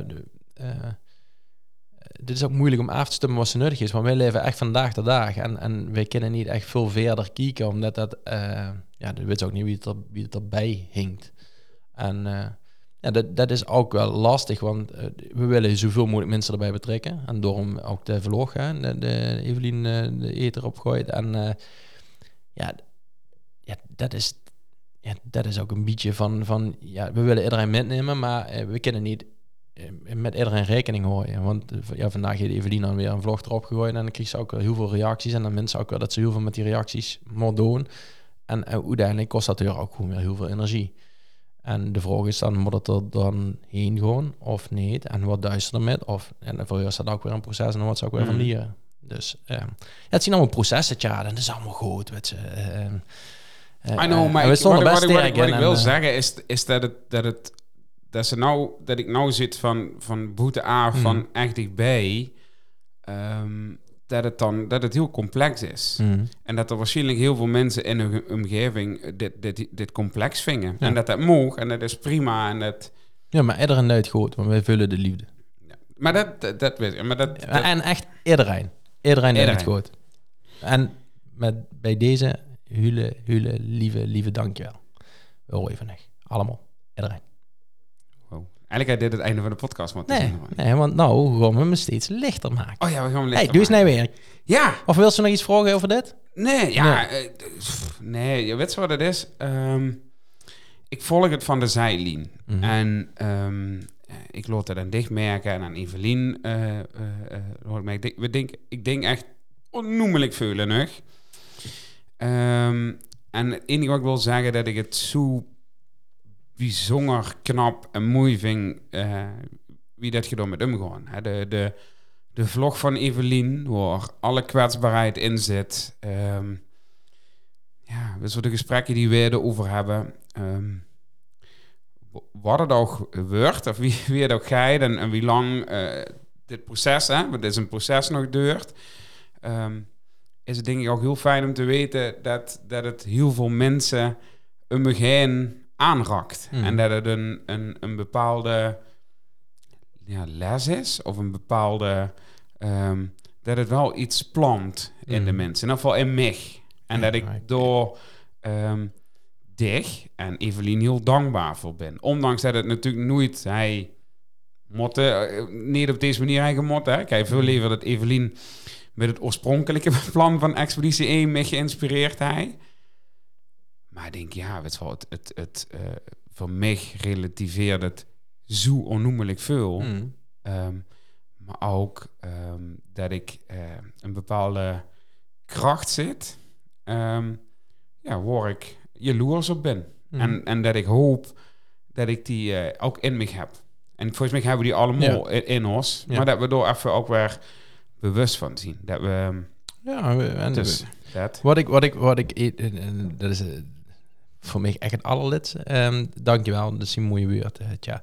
dit is ook moeilijk om af te stemmen wat ze nodig is, want wij leven echt vandaag de dag en wij kunnen niet echt veel verder kijken, omdat dat, dat weet ook niet wie het erbij hinkt. En Ja, dat is ook wel lastig, want we willen zoveel mogelijk mensen erbij betrekken. En daarom ook de vlog, hè, de Evelien de eter opgooit. En dat is ook een beetje van we willen iedereen metnemen, maar we kunnen niet met iedereen rekening houden. Want vandaag heeft Evelien dan weer een vlog erop gegooid en dan kreeg ze ook heel veel reacties. En dan mensen ook wel dat ze heel veel met die reacties moeten doen. En uiteindelijk kost dat ook gewoon weer heel veel energie. En de vraag is dan, moet het er dan heen gaan of niet? En wat duister met? En voor jou is dat ook weer een proces en dan wordt ze ook weer van leren. Dus het zijn allemaal processen, en dat is allemaal goed. Weet je. I know, maar wat ik wil zeggen is dat ik nou zit van boete A van echt dichtbij, dat het heel complex is. En dat er waarschijnlijk heel veel mensen in hun omgeving dit complex vinden. Ja. En dat mag, en dat is prima. En dat... Ja, maar iedereen luidt goed, want wij vullen de liefde. Ja. Maar dat weet ik. En echt iedereen. Iedereen luidt goed. En bij deze hele lieve dankjewel. We horen even nog. Allemaal. Iedereen. Eigenlijk dit het einde van de podcast. Nee, want nou gaan we hem steeds lichter maken. Oh ja, we gaan hem lichter maken. Doe eens nou weer. Ja. Of wil ze nog iets vragen over dit? Nee, je weet wat het is. Ik volg het van de zijlijn. En ik laat het dan dichtmerken. En aan Evelien ik denk echt onnoemelijk veel nog. En het enige wat ik wil zeggen, dat ik het zo bijzonder knap en mooi vind wie dat gedaan met omgaan. De vlog van Evelien, waar alle kwetsbaarheid in zit. We zullen de gesprekken die we erover hebben. Wat het ook wordt, of wie het ook gaat en wie lang dit proces, want dit is een proces nog duurt, is het denk ik ook heel fijn om te weten dat het heel veel mensen om me heen aanrakt. En dat het een bepaalde les is, of een bepaalde... dat het wel iets plant in de mensen. In ieder geval in mij. En dat ik door dich en Evelien heel dankbaar voor ben. Ondanks dat het natuurlijk nooit... Hij niet op deze manier eigen mot. Ik heb veel liever dat Evelien met het oorspronkelijke plan van Expeditie 1 mij geïnspireerd hij. Maar ik denk, het voor mij relativeert het zo onnoemelijk veel. Maar ook dat ik een bepaalde kracht zit, waar ik jaloers op ben. En dat ik hoop dat ik die ook in me heb. En volgens mij hebben we die allemaal in ons. Ja. Maar dat we er even ook weer bewust van zien. Dat we... Dus dat. Wat ik dat is voor mij echt het allerlaatste. Dankjewel, dat is een mooie woord.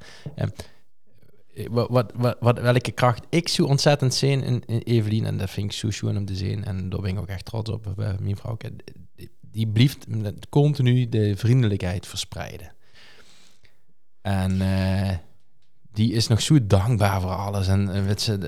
Welke kracht ik zo ontzettend zie in Evelien, en dat vind ik zo schoon om te zien, en daar ben ik ook echt trots op, mijn vrouw. Die blijft continu de vriendelijkheid verspreiden. En die is nog zo dankbaar voor alles. En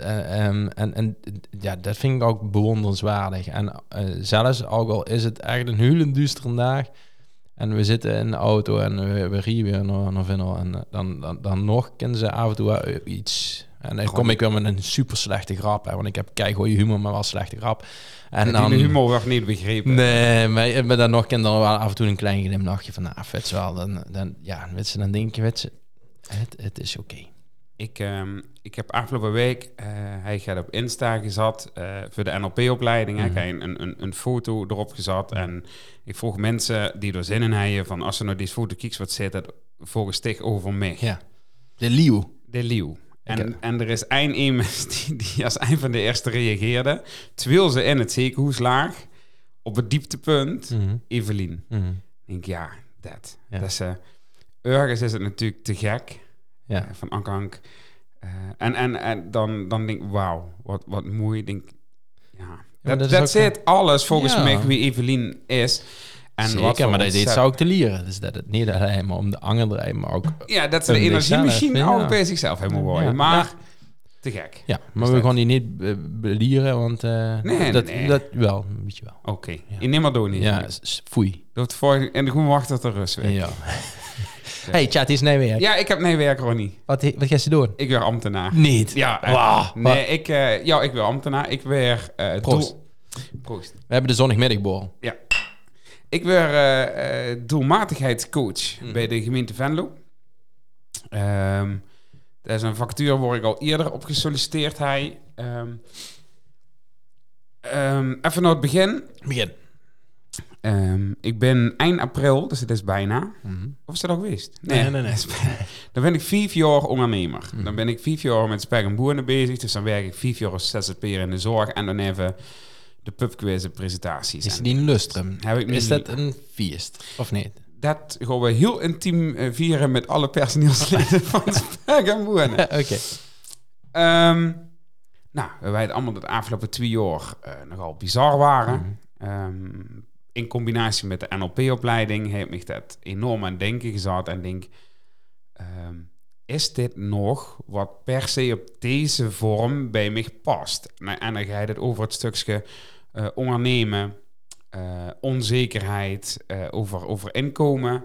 dat vind ik ook bewonderenswaardig. En zelfs ook al is het echt een hele duistere dag en we zitten in de auto en we rijden weer naar Vinnel, en dan nog kennen ze af en toe iets. En dan kom ik weer met een super slechte grap, hè, want ik heb keigoede humor, maar wel slechte grap. En dan die humor werd niet begrepen. Nee, maar dan nog kan er wel af en toe een klein glimlachje van, weet je wel, dan denk je, het is oké. Ik heb afgelopen week, hij gaat op Insta gezet voor de NLP-opleiding. Ik heb een foto erop gezet en ik vroeg mensen die er zin in hebben van, als ze naar deze foto kijken, wat zit dat volgens zich over mij? Ja, de leeuw. En er is één iemand die als een van de eerste reageerde, terwijl ze in het ziekenhuis lag, op het dieptepunt, Evelien. Ik denk, dat is... ergens is het natuurlijk te gek. Ja. Van Ankank. En dan denk ik, wauw, wat mooi. Denk, dat zit alles volgens mij wie Evelien is. En zeker, maar dat zou ik te leren. Dus dat het niet alleen maar om de anger draait, maar ook... Ja, dat ze de energiemachine ook bij zichzelf hebben worden. Maar te gek. Ja, maar we gaan die niet belieren, want nee. Dat wel, een beetje wel. Oké, je neemt maar door niet. Ja, foei. En gewoon wachten tot de rust weer. Ja. Hey, chat is Nijwerk. Ja, ik heb werk, Ronnie. Wat ga je doen? Ik weer ambtenaar. Niet? Ja. Wow. Ik weer ambtenaar. Ik weer... Proost. Proost. We hebben de zondagmiddagborrel. Ja. Ik weer doelmatigheidscoach bij de gemeente Venlo. Dat is een vacature waar ik al eerder op gesolliciteerd heb. Even naar het begin. Ik ben eind april, dus het is bijna. Of is dat al geweest? Nee. Dan ben ik 5 jaar ondernemer. Dan ben ik 5 jaar met spek en boeren bezig. Dus dan werk ik 5 jaar als ZZP'er in de zorg. En dan even de pubquiz presentaties. Is die lustrum? Is dat een feest of niet? Dat gaan we heel intiem vieren met alle personeelsleden van spek en boeren. Oké. Nou, wij weten allemaal dat de afgelopen 2 jaar nogal bizar waren. In combinatie met de NLP-opleiding heeft mij dat enorm aan het denken gezet. En denk, is dit nog wat per se op deze vorm bij mij past? En dan ga je het over het stukje ondernemen, onzekerheid, over inkomen.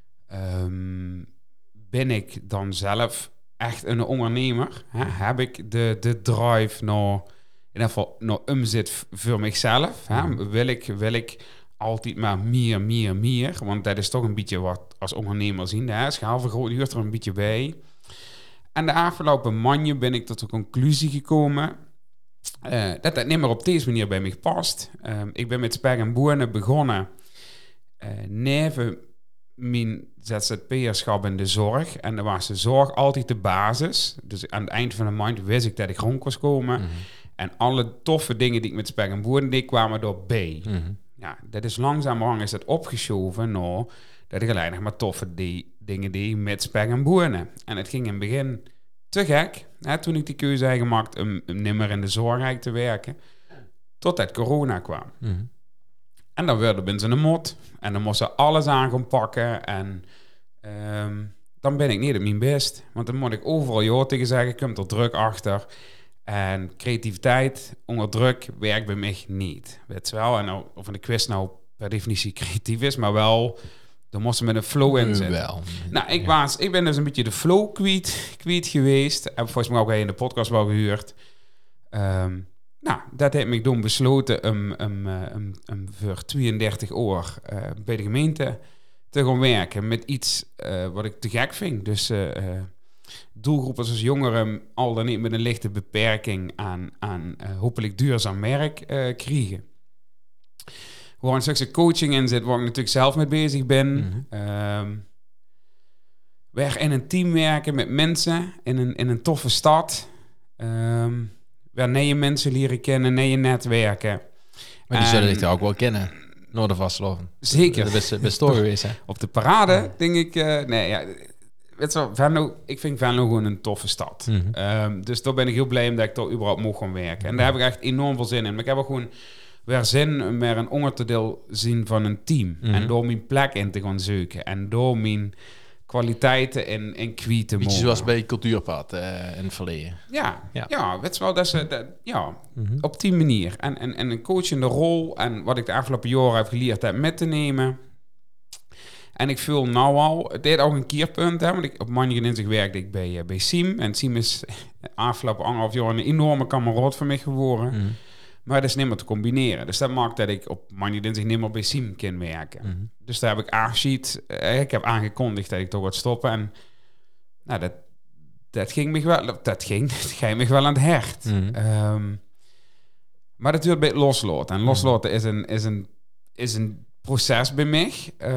Ben ik dan zelf echt een ondernemer? Hè? Heb ik de drive naar, in ieder geval naar omzet voor mezelf? Hè? Wil ik altijd maar meer? Want dat is toch een beetje wat als ondernemer zien. Hè? Schaalvergroting hoort er een beetje bij. En de afgelopen maanden ben ik tot de conclusie gekomen dat dat niet meer op deze manier bij mij past. Ik ben met spek en boeren begonnen neven mijn ZZP'erschap in de zorg. En dan was de zorg altijd de basis. Dus aan het eind van de maand wist ik dat ik rond was komen. En alle toffe dingen die ik met spek en boeren deed, kwamen door B. Ja, dat is langzamerhand is dat opgeschoven naar dat ik alleen nog maar toffe dingen deed met spek en boeren. En het ging in het begin te gek, hè, toen ik die keuze had gemaakt om nimmer in de zorg te werken, totdat corona kwam. En dan werden mensen een mot. En dan moesten ze alles aan gaan pakken. En dan ben ik niet op mijn best. Want dan moet ik overal ja tegen zeggen. Ik kom er druk achter. En creativiteit onder druk werkt bij mij niet. Weet je wel? En nou, of een quiz nou per definitie creatief is, maar wel, dan moesten met een flow in zitten. Wel. Nou, ik ben dus een beetje de flow kwijt geweest. Heb volgens mij ook in de podcast wel gehuurd. Nou, dat heeft me toen besloten om voor 32 uur bij de gemeente te gaan werken met iets wat ik te gek vind. Dus doelgroepen zoals jongeren al dan niet met een lichte beperking aan hopelijk duurzaam werk krijgen. Waar een stukje coaching in zit, waar ik natuurlijk zelf mee bezig ben. Weer in een team werken met mensen in een toffe stad. Weer nieuwe mensen leren kennen, nieuwe netwerken. Maar die zullen zich ook wel kennen, Noord- of Vasteloven. Zeker. Dat is best geweest, hè? Op de parade, denk ik... weet je wel, Venlo, ik vind Venlo gewoon een toffe stad. Dus daar ben ik heel blij om dat ik daar überhaupt mocht gaan werken. En daar heb ik echt enorm veel zin in. Maar ik heb ook gewoon weer zin om weer een onderdeel zien van een team. En door mijn plek in te gaan zoeken. En door mijn kwaliteiten in kwijt te mogen. Beetje zoals bij Cultuurpad in het verleden. Ja, weet je wel, op die manier. En een coachende rol en wat ik de afgelopen jaren heb geleerd heb met te nemen. En ik voel nou al, het is ook een keerpunt, hè, want op maandag en dinsdag werkte ik bij Siem. En Siem is de afgelopen 1,5 jaar een enorme kameraad van mij geworden. Maar dat is niet meer te combineren. Dus dat maakt dat ik op maandag en dinsdag niet meer bij Siem kan werken. Dus daar heb ik aangeschiet. Ik heb aangekondigd dat ik toch wat stoppen. En nou, dat ging me wel, dat ging me wel aan het hart. Maar dat duurt bij het loslaten. En loslaten is een proces bij mij.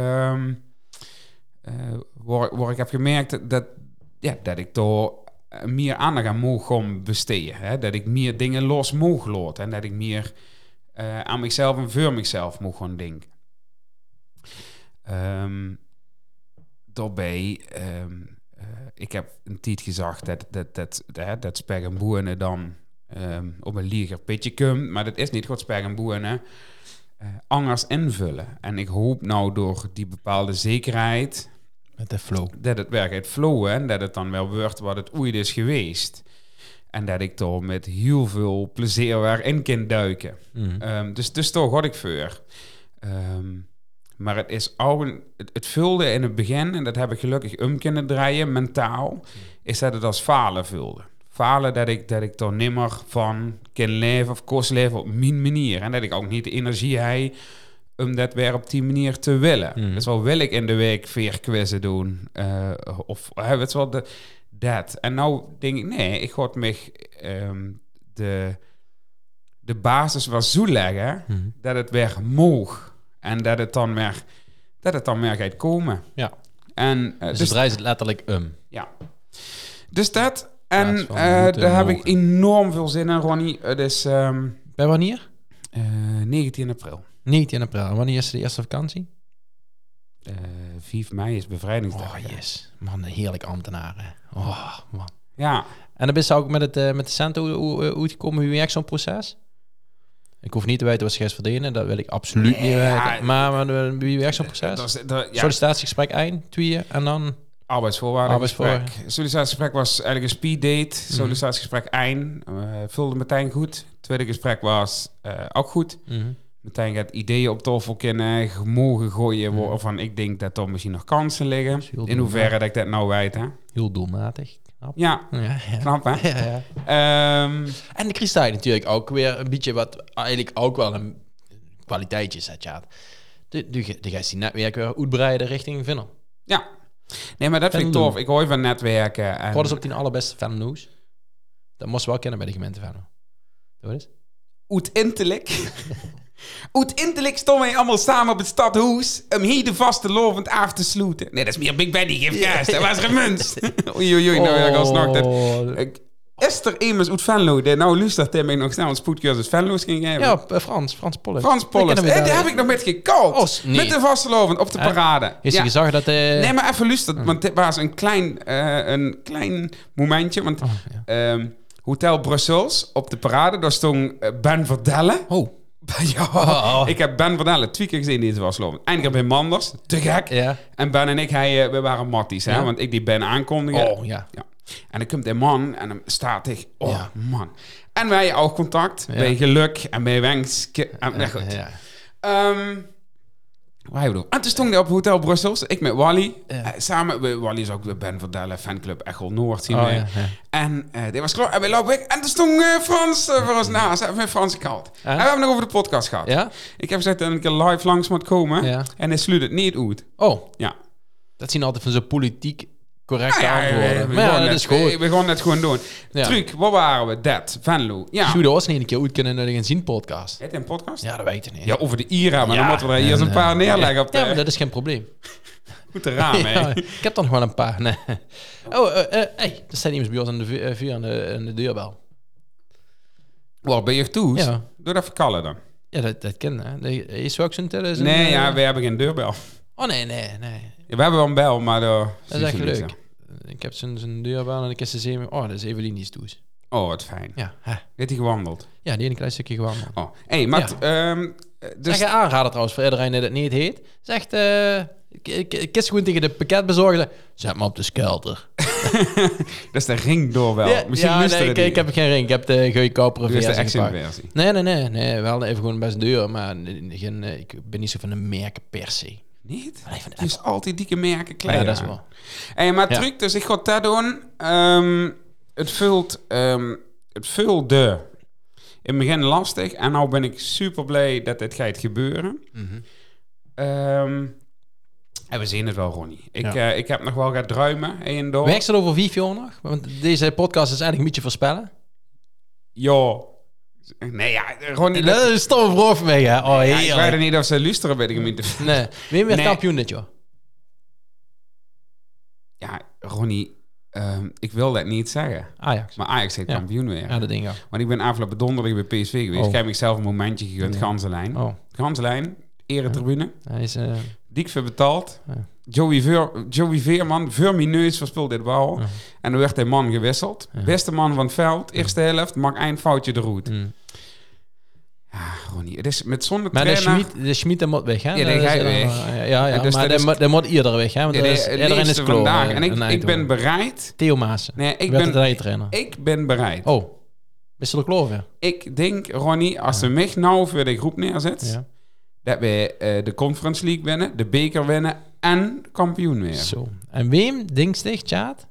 Waar ik heb gemerkt dat ik daar meer aandacht aan mogen besteden. Hè? Dat ik meer dingen los mogen laten. En dat ik meer aan mezelf en voor mezelf moet gaan denken. Daarbij, ik heb een tijd gezegd dat spek en boeren dan op een liger pitje komt. Maar dat is niet goed spek en boeren. Anders invullen. En ik hoop nou door die bepaalde zekerheid... Met de flow. Dat het werk uit flowen en dat het dan wel wordt wat het ooit is geweest. En dat ik toch met heel veel plezier weer in kan duiken. Dus toch had ik voor. Maar het is ook het vulde in het begin, en dat heb ik gelukkig kunnen draaien, mentaal, is dat het als falen vulde. Falen dat ik er nimmer van kan leven of kost leven op mijn manier. En dat ik ook niet de energie heb om dat weer op die manier te willen. Dus wel wil ik in de week 4 quizzen doen. Het wel dat. En nou denk ik, nee, ik ga me de basis wel zo leggen dat het weer moog. En dat het dan weer gaat komen. Ja. En, dus het draait het letterlijk Ja. Dus dat. En daar heb ik enorm veel zin in, Ronnie. Het is... bij wanneer? 19 april. 19 april. En wanneer is de eerste vakantie? 4 mei is bevrijdingsdag. Oh, yes. Man, heerlijk ambtenaren. Oh, man. Ja. En dan ben je ook met de centen hoe het gekomen? Hoe werkt zo'n proces? Ik hoef niet te weten wat ze gaat verdienen. Dat wil ik absoluut niet weten. Maar wie werkt zo'n proces? Sollicitatiegesprek eind, 2 en dan... Arbeidsvoorwaarden. Sollicitatiegesprek was eigenlijk een speed date. Sollicitatiegesprek eind. Vulde meteen goed. Tweede gesprek was ook goed. Meteen gaat ideeën op tafel kunnen mogen gooien. Waarvan ik denk dat er misschien nog kansen liggen. In hoeverre dat ik dat nou weet. Hè? Heel doelmatig. Knap. Ja, knap hè? En de kristallen natuurlijk ook weer een beetje wat eigenlijk ook wel een kwaliteitje is. De gast die netwerk weer uitbreiden richting Vinnel. Ja. Nee, maar dat vind ik tof. Ik hoor van netwerken. En... Wat is ook die allerbeste Venlo's? Dat moest wel kennen bij de gemeente Venlo. Wat is? Oet-intelijk stonden wij allemaal samen op het stadhuis om hier de vaste lovend af te sluiten. Nee, dat is meer Big Benny, geef gas. Dat was gemunst. Oei, nou ja, alsnog dat... Is er iemand uit Venlo die nou luistert en mij nog snel een spoedcursus Venlo's ging geven? Ja, Frans Polles. Frans Polles. Die heb ik nog met gekald. Nee. Met de vastelovend op de parade. Is je gezegd dat... Nee, maar even luisteren. Want dit was een klein momentje. Want Hotel Brussels op de parade, daar stond Ben Verdelle. Oh. Ja, ik heb Ben Verdelle 2 keer gezien die het was lopen. Eén keer bij Manders, te gek. Ja. En Ben en ik, we waren matties, hè? Want ik die Ben aankondigde. Oh, ja. En dan komt een man en dan staat hij, man. En wij ook contact bij Geluk en bij Wenske. Goed. En toen stond hij op Hotel Brussels, ik met Wally. Samen, Wally is ook bij Ben Verdelle, fanclub Echel Noord. En die was klaar. En we lopen weg. En toen stond Frans voor ons naast. Hij heeft Frans gekald. En we hebben nog over de podcast gehad. Ja? Ik heb gezegd dat ik er live langs moet komen. Ja. En hij sluit het niet uit. Oh. Ja. Dat zien altijd van zo'n politiek correcte antwoorden. Maar dat is goed. We gaan het gewoon doen. Ja. Truc, waar waren we? Dat, Venlo. Ja. Zou je ons niet een keer uit kunnen naar een zien-podcast? Heet een podcast? Ja, dat weet ik niet. Ja, over de IRA, maar dan moeten we er hier eens een paar neerleggen op de... Ja, maar dat is geen probleem. Goed te raam, hè? Ik heb er nog wel een paar. Nee. Er staat iemand bij ons aan de vuur aan de deurbel. Wat, ben je toe? Ja. Doe dat verkallen dan. Ja, dat ken je. Is ook zo'n telefoon? Nee, we hebben geen deurbel. Oh, nee. Ja, we hebben wel een bel, maar... dat is echt leuk. Ik heb zijn deurbel en ik heb ze zien. Oh, dat is Evelien die is toes. Oh, wat fijn. Ja. Heeft hij gewandeld? Ja, die een klein stukje gewandeld. Oh, hey, maar... Dus... Zeg je aanraden trouwens voor iedereen die dat niet heet. Zegt, kies gewoon tegen de pakketbezorger. Zet me op de skelter. Dat is de ringdoorbel. Ik heb geen ring. Ik heb de goedkopere versie. Dat is de Action-versie. Nee. Wel even gewoon best duur. Maar ik ben niet zo van de merken per se. Niet? Het is altijd dikke merken klein. Ja, dat is wel. Hey, maar truc, dus ik ga dat doen. Het vulde in het begin lastig. En nou ben ik super blij dat dit gaat gebeuren. En we zien het wel, Ronnie. Ik heb nog wel gaan druimen. Werkt het over 4 jaar nog? Want deze podcast is eigenlijk een beetje voorspellen. Ja. Nee, ja, Ronnie... Dat is een stomme vraag voor mij, hè? Oh, ik weet niet of ze luisteren bij de gemeente. Nee. Wie meer kampioen dit jaar? Ja, Ronnie... ik wil dat niet zeggen. Ajax. Maar Ajax heeft kampioen weer. Ja, dat denk ik ook. Want ik ben afgelopen donderdag bij PSV geweest. Ik heb mezelf een momentje gegund. Ganselijn. Ganselijn. Eretribune. Hij is... dik veel betaald. Joey Veerman, vermineus verspeelde dit bal. En dan werd hij man gewisseld. Beste man van het veld. Eerste helft. Maak eindfoutje de route. Ja, Ronnie. Het is met zonder trainer... Maar de Schmid moet weg, hè? Ja, die gaat weg. Ja, dus maar moet iedereen weg, hè? Want iedereen is vandaag. En ik ben bereid... Theo Maassen. Nee, ik ben bereid. Oh, is er klaar weer? Ik denk, Ronnie, als ze mij nou voor de groep neerzet... Ja. dat wij de Conference League winnen, de beker winnen en kampioen weer. Zo. En wem denkt zich, Tjaat,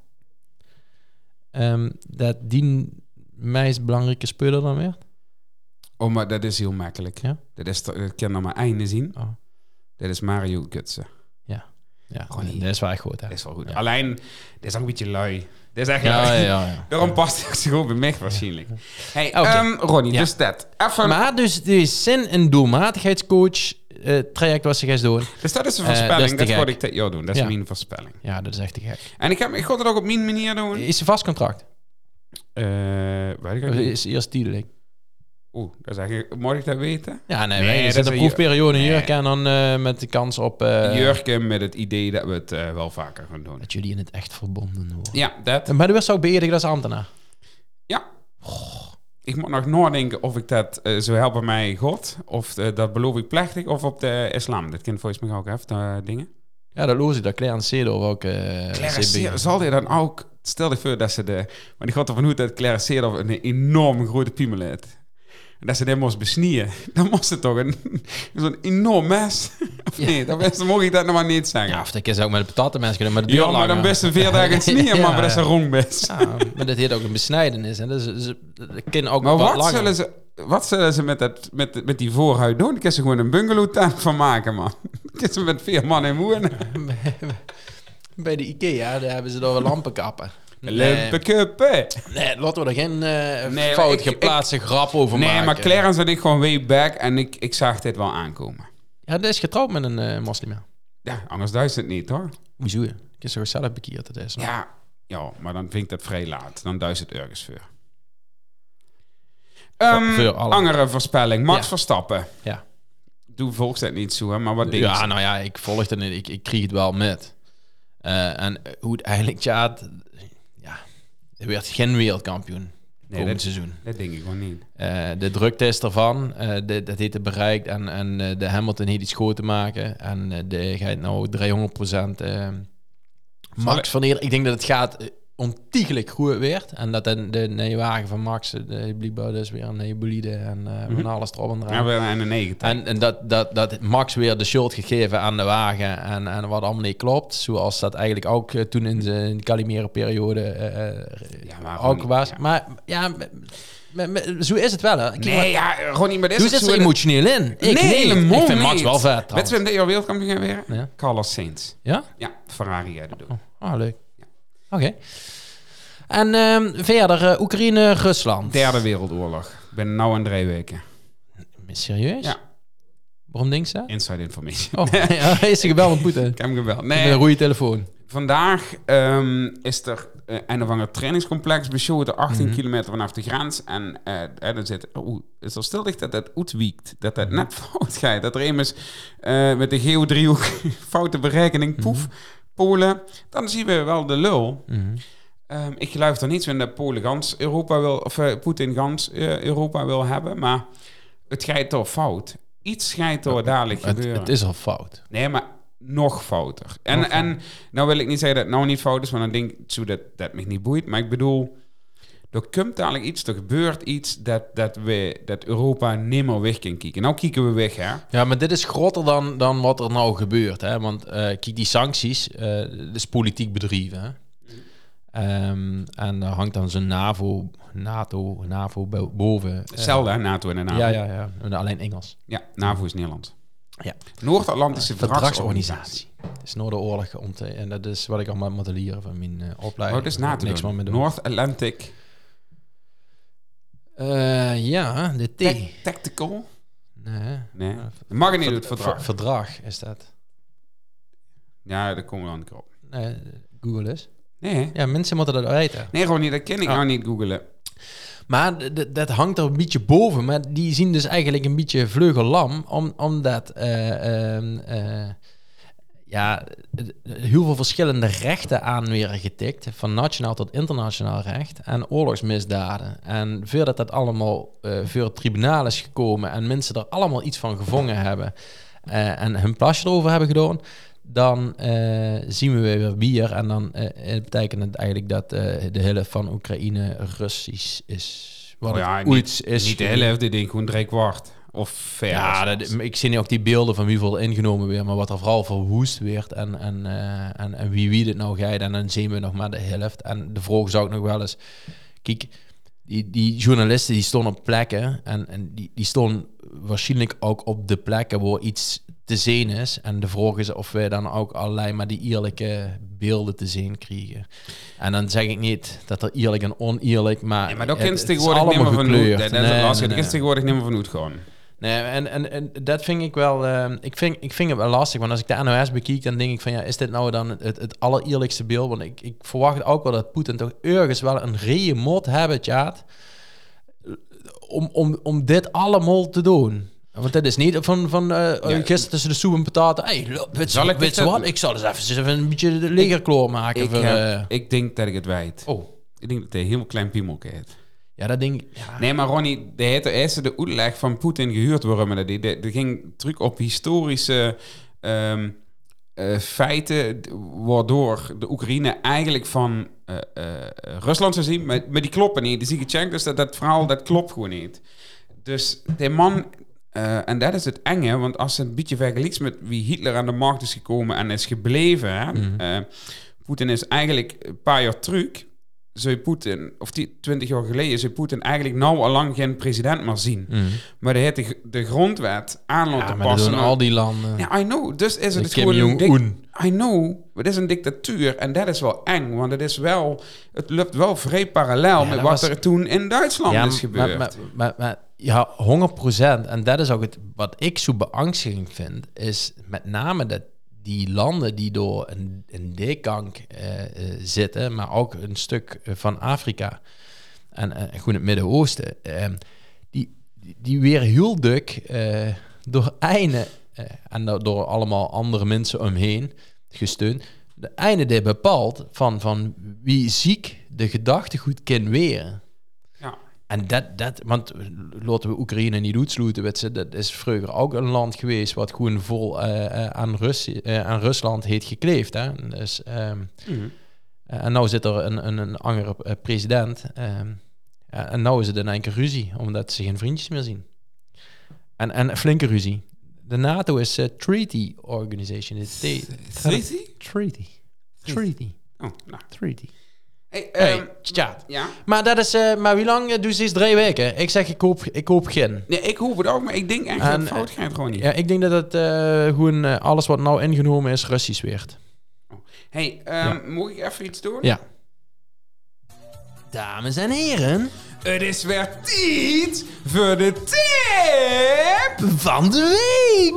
dat die meest belangrijke speler dan weer? Oh, maar dat is heel makkelijk. Ja? Dat kan nog maar einde zien. Oh. Dat is Mario Götze. Ja, Ronnie. dat is wel echt goed, hè? Dat is wel goed. Ja. Alleen, dat is ook een beetje lui. Dat is echt Ja. Daarom past hij zich ook bij mij waarschijnlijk. Hey, Oké. Ronnie, Ja. dus dat. Even... Maar dus de zin- en doelmatigheidscoach traject wat ze gaan doen. Dus dat is een dat voorspelling. is te Dat gek. ga ik tegen jou doen. Dat is Ja. mijn voorspelling. Ja, dat is echt te gek. En ik ga het ook op mijn manier doen. Is het vast contract? Weet ik Of ook niet. is het eerst tijdelijk? Oeh, dat is eigenlijk... Moet ik dat weten? Ja, nee, Nee, er dat zit is een een proefperiode in nee. Jurk en dan met de kans op... Jurken met het idee dat we het wel vaker gaan doen. dat jullie in het echt verbonden worden. Ja, dat. Maar du was ook beëdigd als ambtenaar. Ja. Ik moet nog nadenken of ik dat zo helpen mij God, of dat beloof ik plechtig, of op de islam. Dat kent volgens mij ook even dingen. Ja, dat loos ik. Dat Clarence Seedorf ook... Zal hij dan ook... Stel je voor dat ze maar die gaat ervan uit dat Clarence Seedorf een enorm grote piemel heeft. En dat ze die moest besnijden. Dan moest het toch zo'n enorm mes. Of Ja. nee, dan mag ik dat nog maar niet zeggen. Ja, of dat is ook met de patattenmensen kunnen, maar de deur Ja, maar dan langer. best een 4 dagen snijden, Ja, maar dat is ja. een rongbest. Ja, maar dat heet ook een besnijdenis. En dat kan ook Maar wat langer. wat zullen ze met die voorhuid doen? Daar kunnen ze gewoon een bungalowtent van maken, man. Dan kunnen ze met 4 man in wonen. Bij de IKEA, daar hebben ze door lampenkappen. Lempecuppen. Nee, laten we er geen Nee, fout ik- geplaatste grap over Nee, maken. maar Clarence en ik gewoon way back en ik zag dit wel aankomen. Ja, dat is getrouwd met een moslim. Ja. Ja, anders duist het niet, hoor. Hoezo? Ik is zo zelf bekeerd, dat is. Ja, maar dan vind ik dat vrij laat. Dan duist het ergens voor. Voor alle. Andere voorspelling. Max Ja. Verstappen. Ja. Doe volgens dat niet zo, hè, maar wat denk je? Ja, nou ja, ik volg het niet. Ik kreeg het wel met. En hoe het eigenlijk gaat... Ja, er werd geen wereldkampioen komend seizoen. Dat denk ik gewoon niet. De drukte is ervan. Dat heeft het bereikt. En de Hamilton heeft iets goed te maken. En de gaat nou 300% Max van Eer. Ik denk dat het gaat ontiegelijk goed werd. En dat de nieuwe wagen van Max, blijkbaar dus weer een nieuwe bolide en van alles erop en eraan. Ja, we zijn een 9. En dat Max weer de schuld gegeven aan de wagen en wat allemaal niet klopt. Zoals dat eigenlijk ook toen in de Calimere-periode maar ook Ronnie, was. ja. Maar ja, zo is het wel. Hè. Nee, ja, Ronnie, maar dit Hoe is zit het er zo... emotioneel in? Ik helemaal Ik vind Max niet. wel vet, Weet je trouwens. wie de wereldkampioen gaan weer? Ja. Carlos Sainz. Ja? Ja, Ferrari gaat het doen. Ah, leuk. Oké. En verder, Oekraïne-Rusland. Derde Wereldoorlog. Ik ben nou in 3 weken. Serieus? Ja. Waarom denk je dat? Inside information. Oh, ja, is er gebeld met Poetin? Ik heb hem gebeld. Met een Nee, goede telefoon. vandaag is er een of ander trainingscomplex beschoten, 18 kilometer vanaf de grens. En dan zit is er stil ligt dat het uitwiekt. Dat het net fout gaat. Dat er immers met de geodriehoek foute berekening, poef, Polen. Dan zien we wel de lul. Ik geloof er niet zo in dat Polen gans Europa wil, of Poetin gans Europa wil hebben, maar het gaat toch fout. Iets gaat toch dadelijk gebeuren. Het is al fout. Nee, maar nog fouter. En nou wil ik niet zeggen dat het nou niet fout is, want dan denk ik zo dat me niet boeit. Maar ik bedoel, er komt dadelijk iets, er gebeurt iets dat Europa nimmer weg kan kijken. Nou kijken we weg, hè. Ja, maar dit is groter dan wat er nou gebeurt. Hè? Want kijk, die sancties, dat is politiek bedrijven. Hè? En daar hangt dan zo'n NAVO boven. Hetzelfde, hè, NATO en de NAVO. Ja. Alleen Engels. Ja, NAVO is Nederland. Ja. Noord-Atlantische Verdragsorganisatie. Het is door de oorlog en dat is wat ik allemaal moet leren van mijn opleiding. Oh, dat is NATO. Niks meer mee doen. North Atlantic Ja, de T. Tactical. Nee. Dat mag niet, het verdrag. Verdrag is dat. Ja, daar komen we dan een keer op. Nee, Google is. Nee. Ja, mensen moeten dat weten. Nee, Ronnie, dat ken ik nou niet googelen. Maar dat hangt er een beetje boven. Maar die zien dus eigenlijk een beetje vleugellam. Omdat heel veel verschillende rechten aan weer getikt. Van nationaal tot internationaal recht. En oorlogsmisdaden. En voordat dat allemaal voor het tribunaal is gekomen. En mensen er allemaal iets van gevangen hebben. En hun plasje erover hebben gedaan. Dan zien we weer bier. En dan betekent het eigenlijk dat de hele van Oekraïne Russisch is. Wat het ooit is. Niet de helft, dit ding gewoon 3/4. Of ver. Ja, ik zie nu ook die beelden van wie veel ingenomen weer, maar wat er vooral verwoest werd en wie dit nou gaat. En dan zien we nog maar de helft. En de vraag zou ik nog wel eens... Kijk, die journalisten die stonden op plekken en die stonden waarschijnlijk ook op de plekken waar iets te zien is. En de vraag is of wij dan ook allerlei maar die eerlijke beelden te zien krijgen. En dan zeg ik niet dat er eerlijk en oneerlijk, maar dat kind tegenwoordig niet meer van hoe. Dat kind tegenwoordig niet meer van hoe het gewoon. Nee, en dat vind ik wel... Ik vind het wel lastig, want als ik de NOS bekijk, dan denk ik van... ja, is dit nou dan het allereerlijkste beeld? Want ik verwacht ook wel dat Poetin toch ergens wel een reden moet hebben, Tjaat, om dit allemaal te doen. Want dat is niet van gisteren tussen de soep en pataten... Hey, weet je wat? Ik zal eens even een beetje de legerkloor maken. Ik denk dat ik het weet. Oh. Ik denk dat hij een heel klein piemelke heeft. Ja, dat denk ik... Ja. Nee, maar Ronnie, de heeft eerst de uitleg van Poetin gehuurd worden. Die ging terug op historische feiten, waardoor de Oekraïne eigenlijk van Rusland zou zien. Maar die kloppen niet. Die zie je check, dus dat verhaal, dat klopt gewoon niet. Dus de man... en dat is het enge, want als je een beetje vergelijkt met wie Hitler aan de macht is gekomen en is gebleven... Hè, Poetin is eigenlijk een paar jaar terug... zou je Poetin, of 20 jaar geleden, zou je Poetin eigenlijk nou al lang geen president meer zien. Maar hij heeft de grondwet aan laten passen. Doen al die landen. Ja, I know. Dus is het gewoon I know. Maar het is een dictatuur en dat is wel eng, want het loopt wel vrij parallel met wat er toen in Duitsland is gebeurd. Maar ja, 100%. En dat is ook wat ik zo beangstigend vind, is met name dat die landen die door een dekkank zitten, maar ook een stuk van Afrika en gewoon het Midden-Oosten, die weer heel dik door einde en door allemaal andere mensen omheen gesteund, de einde die bepaalt van wie ziek de gedachtegoed kan weren. Ja. En dat, want laten we Oekraïne niet uitsluiten, dat is vroeger ook een land geweest wat gewoon vol aan Rusland heeft gekleefd. Hè? Dus, en nou zit er een andere president. En nou is het in één keer ruzie, omdat ze geen vriendjes meer zien. En een flinke ruzie. De NATO is Treaty Organization. Treaty? Treaty. Oh, nou. Treaty. Hey, tjaat. Ja. Maar dat is, maar wie lang doe ze 3 weken? Ik zeg, ik hoop geen. Nee, ik hoop het ook, maar ik denk eigenlijk dat fout gaat gewoon niet. Ja, ik denk dat het gewoon alles wat nou ingenomen is, Russisch weert. Hey, moet ik even iets doen? Ja. Dames en heren. Het is weer tijd voor de tip van de week.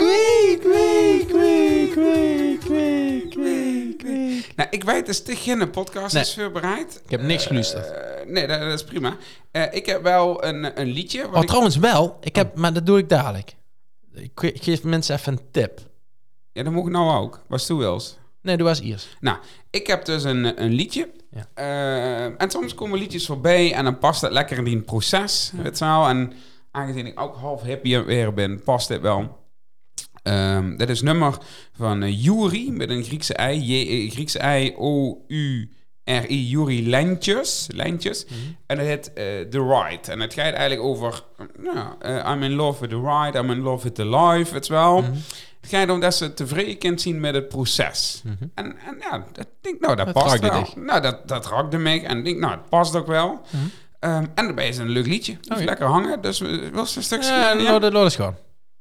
Nou, ik weet, het is geen podcast is voorbereid. Ik heb niks geluisterd. Nee, dat is prima. Ik heb wel een liedje. Trouwens wel. Maar dat doe ik dadelijk. Ik geef mensen even een tip. Ja, dat moet ik nou ook. Was toe wils? Nee, doe was eerst. Nou, ik heb dus een liedje. Ja. En soms komen liedjes voorbij en dan past het lekker in die proces. Weet je wel. En aangezien ik ook half hippie weer ben, past dit wel. Dit is nummer van Yuri met een Griekse ei. Griekse ei, O-U-R-I, Yuri Lijntjes. En het heet The Ride. En het gaat eigenlijk over... I'm in love with the ride, I'm in love with the life, weet je wel. Het gaat om dat ze tevreden kunt zien met het proces. En ja, dat past wel. Nou, dat raakte me. En ik denk, het past ook wel. En daarbij is het een leuk liedje. Dus lekker hangen. Dus we wil een stuk schrijven. Ja, dat is gewoon.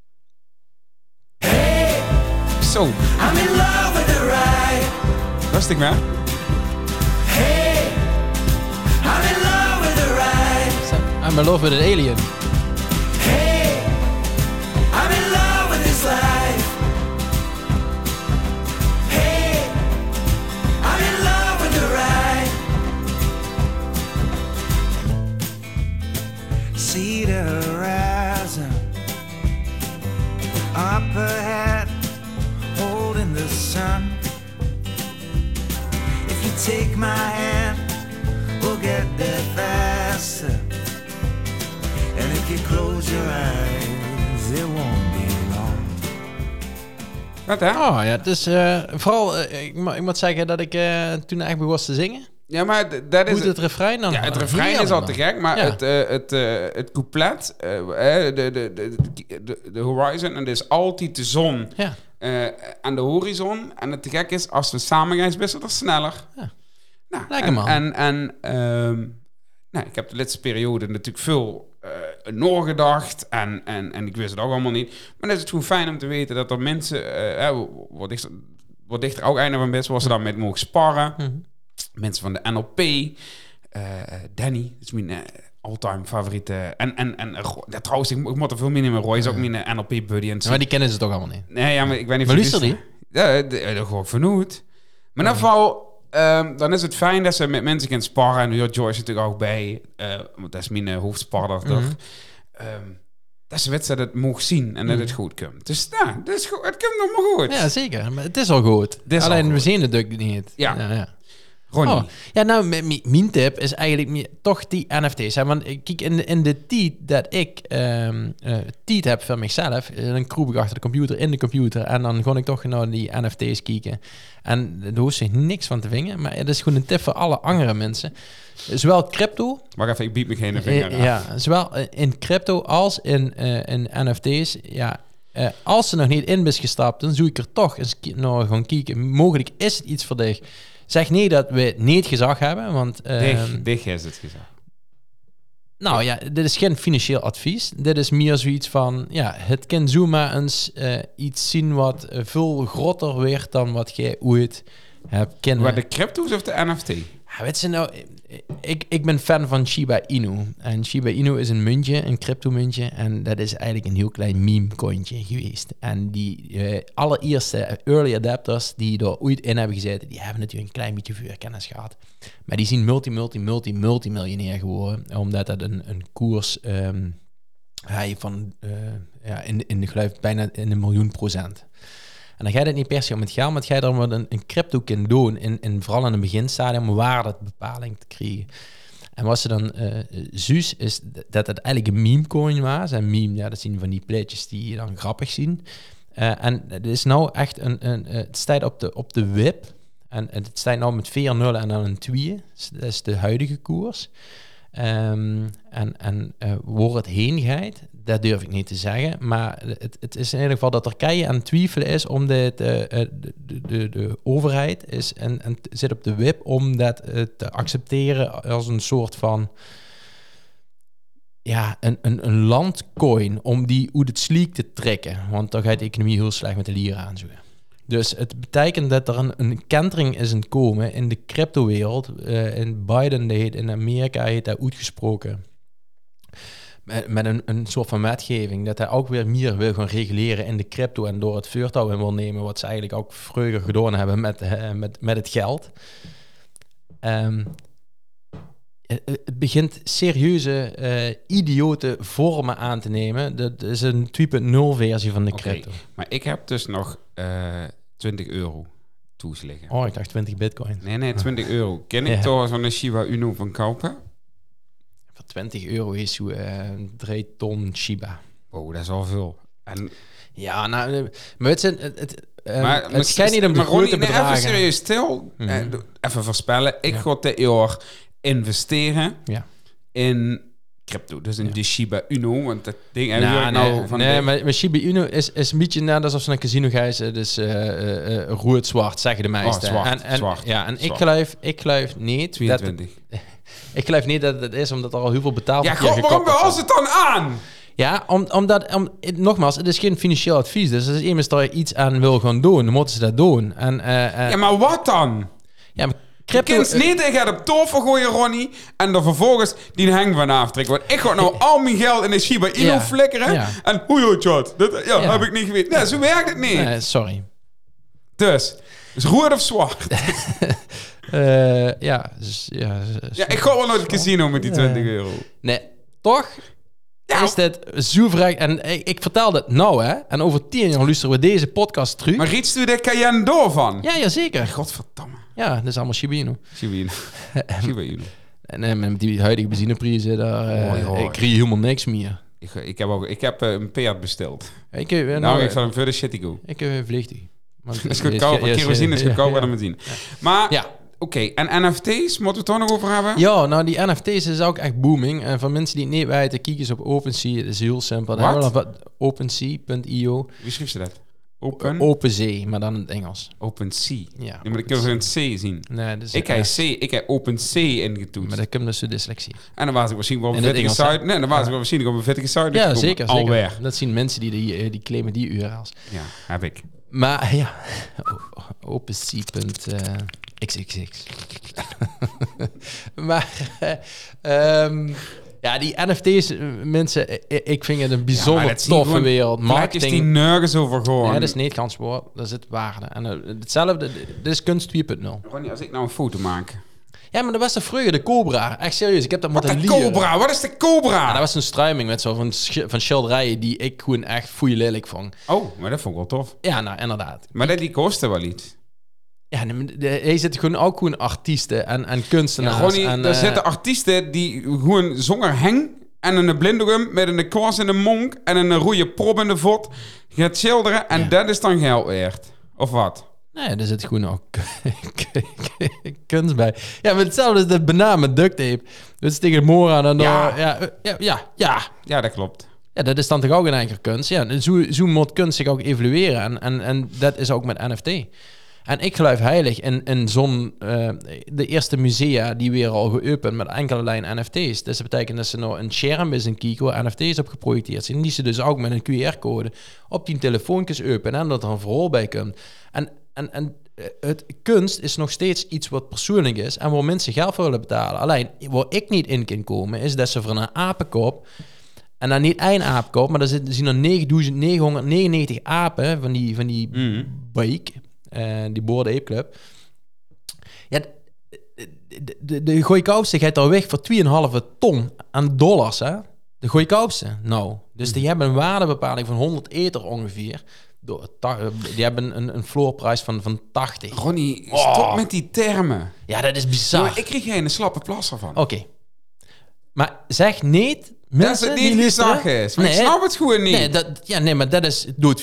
Zo. I'm in love with the ride. Rustig maar. Hey, I'm in love with the ride. I'm in love with an alien. Hey, I'm in love with this life. Hey, I'm in love with the ride. See the horizon up ahead. In the sun. If you take my hand, we'll get there faster. And if you close your eyes, it won't be long. Wat hè? Oh ja, dus vooral, ik moet zeggen dat ik toen echt begon te zingen. Ja, maar dat is... Moet het refrein dan? Ja, het refrein is al te gek, maar Ja. het couplet, de horizon, en er is altijd de zon Ja. aan de horizon. En het te gek is, als we samen gaan, is het sneller. Ja. Nou, Lekker, man. Ik heb de laatste periode natuurlijk veel nagedacht en ik wist het ook allemaal niet. Maar dan is het gewoon fijn om te weten dat er mensen, wat dichter ook einde van best, waar ze dan met mogen sparren. Mensen van de NLP, Danny, dat is mijn all-time favoriete. En trouwens, ik moet er veel meer in. Roy is ook mijn NLP-buddy. Ja, maar die kennen ze toch allemaal niet? Nee, ja, maar ik weet niet... Maar luister die? Ja, dat gewoon vernoemd. Maar in ieder geval, dan is het fijn dat ze met mensen kunnen sparren. En nu hoort Joyce natuurlijk ook bij. Want dat is mijn hoofdsparrer. Dat ze wedstrijd het mogen zien en dat het goed komt. Dus nou, dat is goed. Het komt nog maar goed. Ja, zeker. Maar het is al goed. Alleen we zien het ook niet. Ja. Ronnie. Oh. Ja, nou, mijn tip is eigenlijk toch die NFT's. Hè? Want kijk, in de tijd dat ik tijd heb van mezelf, dan kroep ik achter de computer en dan ga ik toch naar die NFT's kijken. En daar hoeft zich niks van te vingen, maar het is gewoon een tip voor alle andere mensen. Zowel crypto... Wacht even, ik bied me geen vinger aan. Ja, zowel in crypto als in NFT's. Ja, als ze nog niet in is gestapt, dan zoek ik er toch eens naar gaan kijken. Mogelijk is het iets voor dich. Zeg niet dat we het niet gezag hebben, want... Dich is het gezag. Nou ja, dit is geen financieel advies. Dit is meer zoiets van... Ja, het kan zomaar eens iets zien wat veel groter werd dan wat jij ooit hebt kennen. Maar de crypto's of de NFT? Ja, weet je nou... Ik ben fan van Shiba Inu. En Shiba Inu is een muntje, een crypto-muntje. En dat is eigenlijk een heel klein meme-cointje geweest. En die allereerste early adapters die er ooit in hebben gezeten, die hebben natuurlijk een klein beetje vuurkennis gehad. Maar die zien multimiljonair geworden. Omdat dat een koers van in geloof bijna in 1 miljoen %. En dan gaat het niet per se om het geld, maar het gaat erom wat een crypto kan doen, in vooral in een beginstadium, om waardebepaling te krijgen. En wat ze dan zuus is dat het eigenlijk een meme-coin was. En meme, ja, dat zien van die plaatjes die je dan grappig zien. En het is nou echt het staat op de WIP. En het staat nou met 4 nullen en dan een 2. Dat is de huidige koers. Waar het heen gaat, dat durf ik niet te zeggen. Maar het is in ieder geval dat Turkije aan het twijfelen is om de overheid is en zit op de wip om dat te accepteren als een soort van een landcoin om die hoe het sliek te trekken. Want dan gaat de economie heel slecht met de lira aanzoeken. Dus het betekent dat er een kentering is aan het komen in de cryptowereld. In Biden, in Amerika heeft hij uitgesproken met een soort van wetgeving, dat hij ook weer meer wil gaan reguleren in de crypto en door het voortouw in wil nemen, wat ze eigenlijk ook vroeger gedaan hebben met het geld. Het begint serieuze, idiote vormen aan te nemen. Dat is een 2.0 versie van de crypto. Maar ik heb dus nog €20 toesliggen. Oh, ik dacht 20 bitcoin. Nee, €20. Ken ik toch zo'n Shiba Inu van kopen? Voor €20 is zo 3 ton Shiba. Oh, dat is al veel. En... Ja, nou, maar het schijnt niet om de grote bedragen. Even serieus stil. Even voorspellen. Ik ga dit jaar investeren in crypto. Dus in de Shiba Inu. Want dat ding... Maar Shiba Inu is een beetje net alsof ze naar een casino gaan. Dus rood-zwart, zeggen de meesten. Zwart. Ja, en zwart. Ik geloof niet... 22. Ik geloof niet dat het is, omdat er al heel veel betaald wordt. Ja, god, waarom behals het dan aan? Ja, nogmaals, het is geen financieel advies. Dus als iemand daar iets aan wil gaan doen, dan moeten ze dat doen. Ja, maar wat dan? Ja, maar crypto... Je kunt niet, ik ga op tafel gooien, Ronnie, en dan vervolgens die hang van aftrekken. Want ik ga nou al mijn geld in de Shiba Inu flikkeren. Ja. En hoe je het heb ik niet geweten. Nee, zo werkt het niet. Nee, sorry. Dus rood of zwart? Ja, ik ga wel naar het casino met die €20. Nee, toch? Ja. Is dit zo vrij? En ik vertel het nou, hè? En over 10 jaar luisteren we deze podcast terug. Maar rietst u de Cayenne door van? Ja, zeker. Godverdamme. Ja, dat is allemaal Shiba Inu. Shiba Inu. En met die huidige benzineprijzen, ik krijg helemaal niks meer. Ik heb een Peat besteld. Ik zal hem verder shitty go. Ik vlieg die. Het is goedkoper. Kerosine is goedkoper dan benzine. Maar Oké, en NFT's, moeten we het toch nog over hebben? Ja, nou die NFT's is ook echt booming. En voor mensen die het niet weten, kijk eens op OpenSea. Het is heel simpel. OpenSea.io. Wie schreef ze dat? OpenSea, maar dan in het Engels. OpenSea. Ja. Nu moet ik even een C zien. Nee, dus Ik heb OpenSea ingetoetst. maar dat komt dus de dyslexie. En dan was ik misschien wel op een In het vettige Engels, site. Nee, dan was ik wel misschien op een vettige site. Ja, gekomen. zeker. Alweer. Dat zien mensen die claimen die URL's. Ja, heb ik. Maar ja, OpenSea.xxx. Maar ja, die NFT's, mensen, ik vind het een bijzonder toffe wereld. Marketing die nergens over gewoon. Ja, dat is niet gans woord, daar zit waarde. En hetzelfde, dit is kunst 2.0. Ronnie, als ik nou een foto maak. Ja, maar dat was de vroeger de Cobra. Echt serieus, ik heb dat Wat moeten de leren. Cobra? Wat is de Cobra? Ja, dat was een struiming met zo van schilderijen die ik gewoon echt foei lelijk vond. Oh, maar dat vond ik wel tof. Ja, nou, inderdaad. Maar die kostte wel iets. Ja, hij zit gewoon ook gewoon artiesten en kunstenaars. Ja, Ronnie, en, er zitten artiesten die gewoon zonder heng en een blinddoek met een kwast in de monk en een rode prop in de vod gaat schilderen en dat is dan geld waard. Of wat? Nee, er zit gewoon ook kunst bij. Ja, maar hetzelfde is de banaan met duct tape. Dat is tegen Mora en dan... Ja, dat klopt. Ja, dat is dan toch ook een eigen kunst. Ja, zo moet kunst zich ook evolueren. En dat is ook met NFT. En ik geloof heilig in zo'n... de eerste musea die weer al geopend met enkele lijn NFT's. Dus dat betekent dat ze nou een scherm is in Kiko waar NFT's op geprojecteerd zijn. Die ze dus ook met een QR-code op die telefoontjes openen en dat er een verhaal bij komt. En het kunst is nog steeds iets wat persoonlijk is en waar mensen geld voor willen betalen. Alleen, waar ik niet in kan komen, is dat ze voor een apenkop... En dan niet één apenkop, maar er zien er 999 apen van die bike... die Bored Ape Club. Ja, de Gooikaupse gaat daar weg voor 2,5 ton aan dollars, hè? De Gooikaupse. Nou, dus die hebben een waardebepaling van 100 ether ongeveer. Die hebben een floorprijs van 80. Ronnie, stop met die termen. Ja, dat is bizar. Yo, ik kreeg geen slappe plas ervan. Oké. Maar zeg niet... Dat het niet gezag is. Maar ik snap het gewoon niet. Nee, maar dat is doet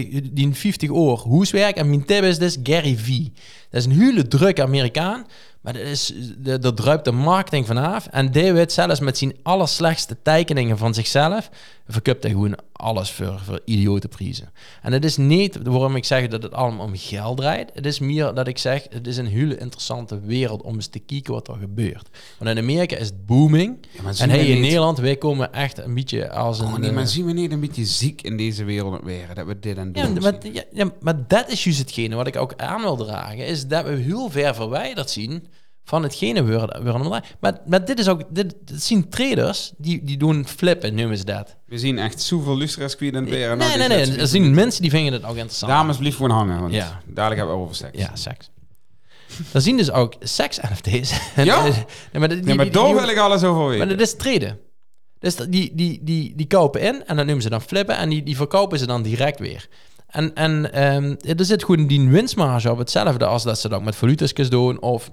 50 oor hoeswerk. En mijn tip is dus Gary V. Dat is een hele drukke Amerikaan. Maar daar druipt de marketing vanaf. En David zelfs met zijn allerslechtste tekeningen van zichzelf... verkoopt hij gewoon alles voor idiote prijzen. En het is niet waarom ik zeg dat het allemaal om geld draait. Het is meer dat ik zeg... het is een hele interessante wereld om eens te kijken wat er gebeurt. Want in Amerika is het booming. Ja, en in Nederland, wij komen echt een beetje als een... maar zien we niet een beetje ziek in deze wereld weer? Dat we dit aan doen. Maar dat is juist hetgene wat ik ook aan wil dragen. Is dat we heel ver verwijderd zien... van hetgene we maar dit is ook... Dit zien traders, die doen flippen, noemen ze dat. We zien echt zoveel lustra's kwijt in het weer. Nee. Er zien mensen die vinden het ook interessant. Dames, blijf gewoon hangen, want dadelijk hebben we over seks. Ja, seks. Dan zien dus ook seks-NFT's. Ja? Maar daar wil ik alles over weten. Maar dat is traden. Dus die kopen in en dan noemen ze dan flippen en die verkopen ze dan direct weer. En er zit gewoon die winstmarge op hetzelfde als dat ze dat met valutas doen of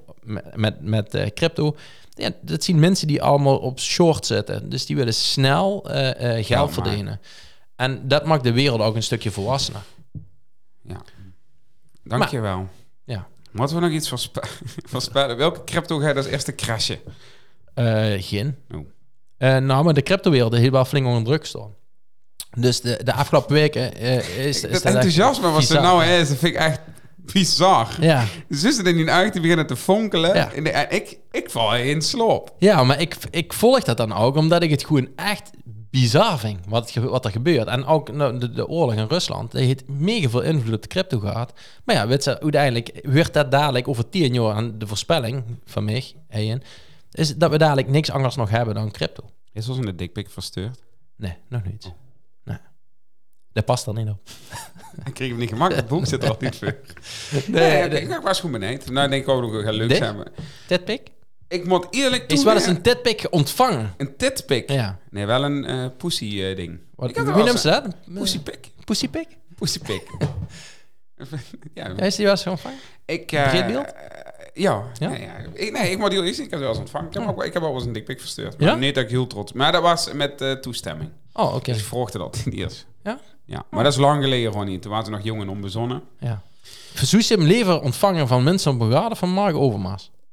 met crypto. Ja, dat zien mensen die allemaal op short zitten. Dus die willen snel geld verdienen. En dat maakt de wereld ook een stukje volwassener. Ja, dankjewel. Ja. Moeten we nog iets voorspellen? Welke crypto ga je als eerste crashen? Geen. Nou, maar de cryptowereld heeft wel flink onder druk staan. Dus de afgelopen weken is het enthousiasme wat ze nou is, dat vind ik echt bizar. Ja. De zussen in die uit die beginnen te fonkelen. Ja. En ik val in sloop. Ja, maar ik volg dat dan ook, omdat ik het gewoon echt bizar vind wat er gebeurt. En ook de oorlog in Rusland, die heeft mega veel invloed op de crypto gehad. Maar ja, weet je, uiteindelijk wordt dat dadelijk over 10 jaar, en de voorspelling van mij, is dat we dadelijk niks anders nog hebben dan crypto. Is ons in de dikpik verstuurd? Nee, nog niet. Nee. Dat past er niet op. Ik kreeg hem niet gemakkelijk. Het boek zit er altijd voor. Nee, ik was goed benieuwd. Nou, denk ik ook nog wel gaan leuk zijn. Titpic? Ik moet eerlijk toe. Is wel eens een titpic ontvangen? Een titpic? Ja. Nee, wel een pussy ding. Wie noemt ze dat? Pussypic. Pussypic? Pussypic. Ja, is die wel eens ontvangen? Breed beeld? Ja. Ik moet heel iets. Ik heb het wel eens ontvangen. Ik heb al eens een dikpik verstuurd. Maar niet dat ik heel trots. Maar dat was met toestemming. Oh, oké. Dus ik volgde dat in eerst. Ja? Ja. Maar dat is lang geleden gewoon niet. Toen waren ze nog jong en onbezonnen. Ja. Verzoek je hem leven ontvangen van mensen op begraden van Mark Overmars?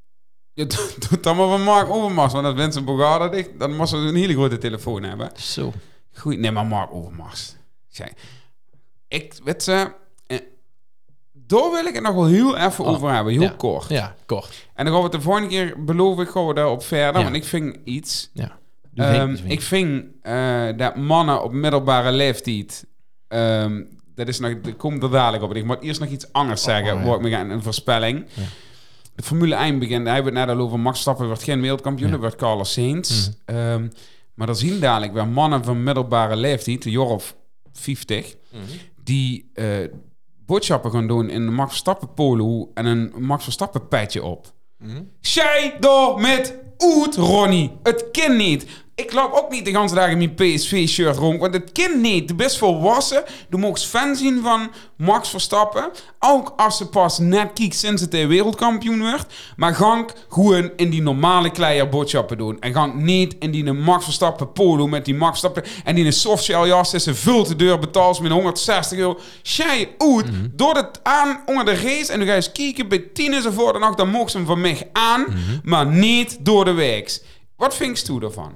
Je doet dan maar van Mark Overmars, want als Vincent Bogarde dicht, dan moest ze een hele grote telefoon hebben. Zo. Goed, nee, maar Mark Overmars. Ik weet ze... Daar wil ik het nog wel heel even over hebben, heel kort. Ja, kort. En dan gaan we het de volgende keer, beloof ik, gaan we daarop verder. Ja. Want ik vind iets... Ja. Ik vind dat mannen op middelbare leeftijd... dat is nog, dat komt er dadelijk op. Ik moet eerst nog iets anders zeggen. Word ik me een voorspelling. Ja. De Formule 1 begint. Hij wordt net al over Max Verstappen wordt geen wereldkampioen. Dat wordt Carlos Sainz. Maar dan zien dadelijk weer mannen van middelbare leeftijd, een jaar of 50, die boodschappen gaan doen in een Max Verstappen polo en een Max Verstappen petje op. Zij door met oet, Ronnie. Het kind niet. Ik loop ook niet de hele dag in mijn PSV-shirt rond, want het kind niet. De best volwassen. Je mag fan zien van Max Verstappen. Ook als ze pas net kiek sinds het wereldkampioen werd. Maar ga gewoon in die normale kleier boodschappen doen. En ga niet in die Max Verstappen polo met die Max Verstappen. En die softshell jas is een vult de deur betaald met €160. Zij uit, door het aan onder de race. En dan ga je eens kijken bij 10 enzovoort. En dan mocht ze hem van mij aan. Maar niet door de weeks. Wat vind je daarvan?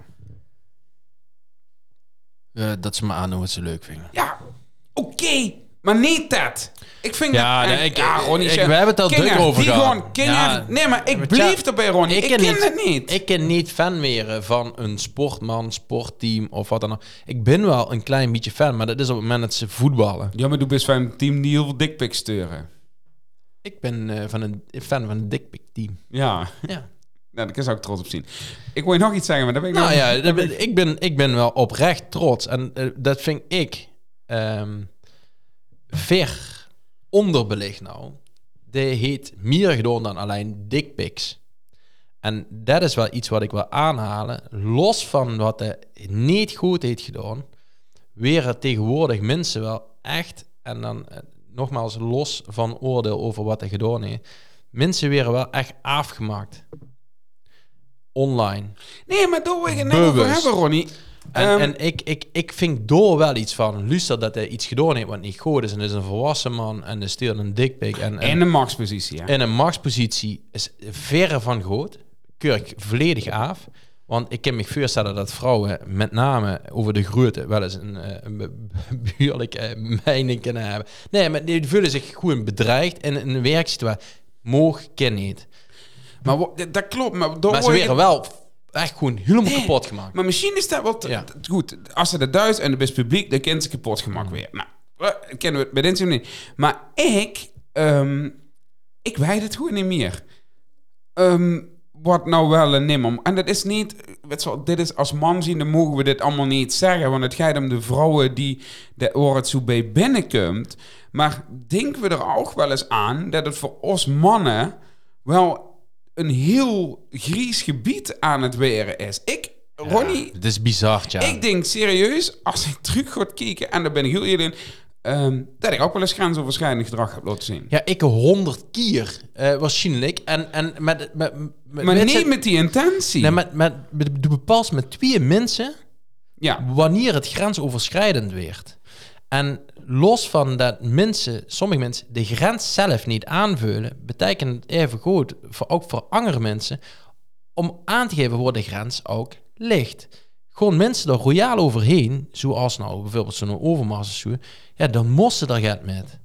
Dat ze me aandoen wat ze leuk vinden. Ja, oké, maar niet dat. Ik vind Ronnie, we hebben het al druk over gehad. Nee, maar ik blijf erbij, Ronnie. Ik ken het niet. Ik ken niet fan meer van een sportman, sportteam of wat dan ook. Ik ben wel een klein beetje fan, maar dat is op het moment dat ze voetballen. Ja, maar du bent van een team die heel veel dickpics sturen. Ik ben fan van een dickpic team. Ja. Nou, daar zou ik trots op zien. Ik wil je nog iets zeggen, maar daar ben ik ik ben wel oprecht trots. En dat vind ik ver onderbelicht nou. Die heet meer gedaan dan alleen dickpics. En dat is wel iets wat ik wil aanhalen. Los van wat hij niet goed heeft gedaan, weer tegenwoordig mensen wel echt, en dan nogmaals los van oordeel over wat hij gedaan heeft, mensen weer wel echt afgemaakt. Online. Nee, maar daar wil je het net over hebben, Ronnie. En ik vind door wel iets van. Luister dat hij iets gedaan heeft wat niet goed is. En is een volwassen man en hij stuurt een dickpic. En een maxpositie, ja. In een maxpositie is verre van goed. Keur ik volledig af. Want ik kan me voorstellen dat vrouwen met name over de grootte wel eens een buurlijke mening kunnen hebben. Nee, maar die voelen zich gewoon bedreigd in een werksituatie. Moog ken niet. Maar dat klopt. Maar ze werden wel echt gewoon helemaal kapot gemaakt. Maar misschien is dat wel goed. Als ze de Duits en de best publiek, dan kent ze kapot gemaakt weer. Nou, kennen we het bij deze niet. Maar ik weet het gewoon niet meer. Wat nou wel een nimmer. En dat is niet... Dit is als man zien, dan mogen we dit allemaal niet zeggen. Want het gaat om de vrouwen die waar het zo bij binnenkomt. Maar denken we er ook wel eens aan dat het voor ons mannen wel een heel gries gebied aan het weren is. Ronnie... Het is bizar, ja. Ik denk serieus, als ik terug ga kijken, en daar ben ik heel eerlijk in, dat ik ook wel eens grensoverschrijdend gedrag heb laten zien. Ja, ik 100 keer waarschijnlijk. En maar niet met die intentie. Nee, maar je bepaalt met 2 mensen wanneer het grensoverschrijdend werd. En los van dat sommige mensen de grens zelf niet aanvullen, betekent het even goed, ook voor andere mensen, om aan te geven waar de grens ook ligt. Gewoon mensen er royaal overheen, zoals nou bijvoorbeeld zo'n Overmars, dan moesten er gaat met.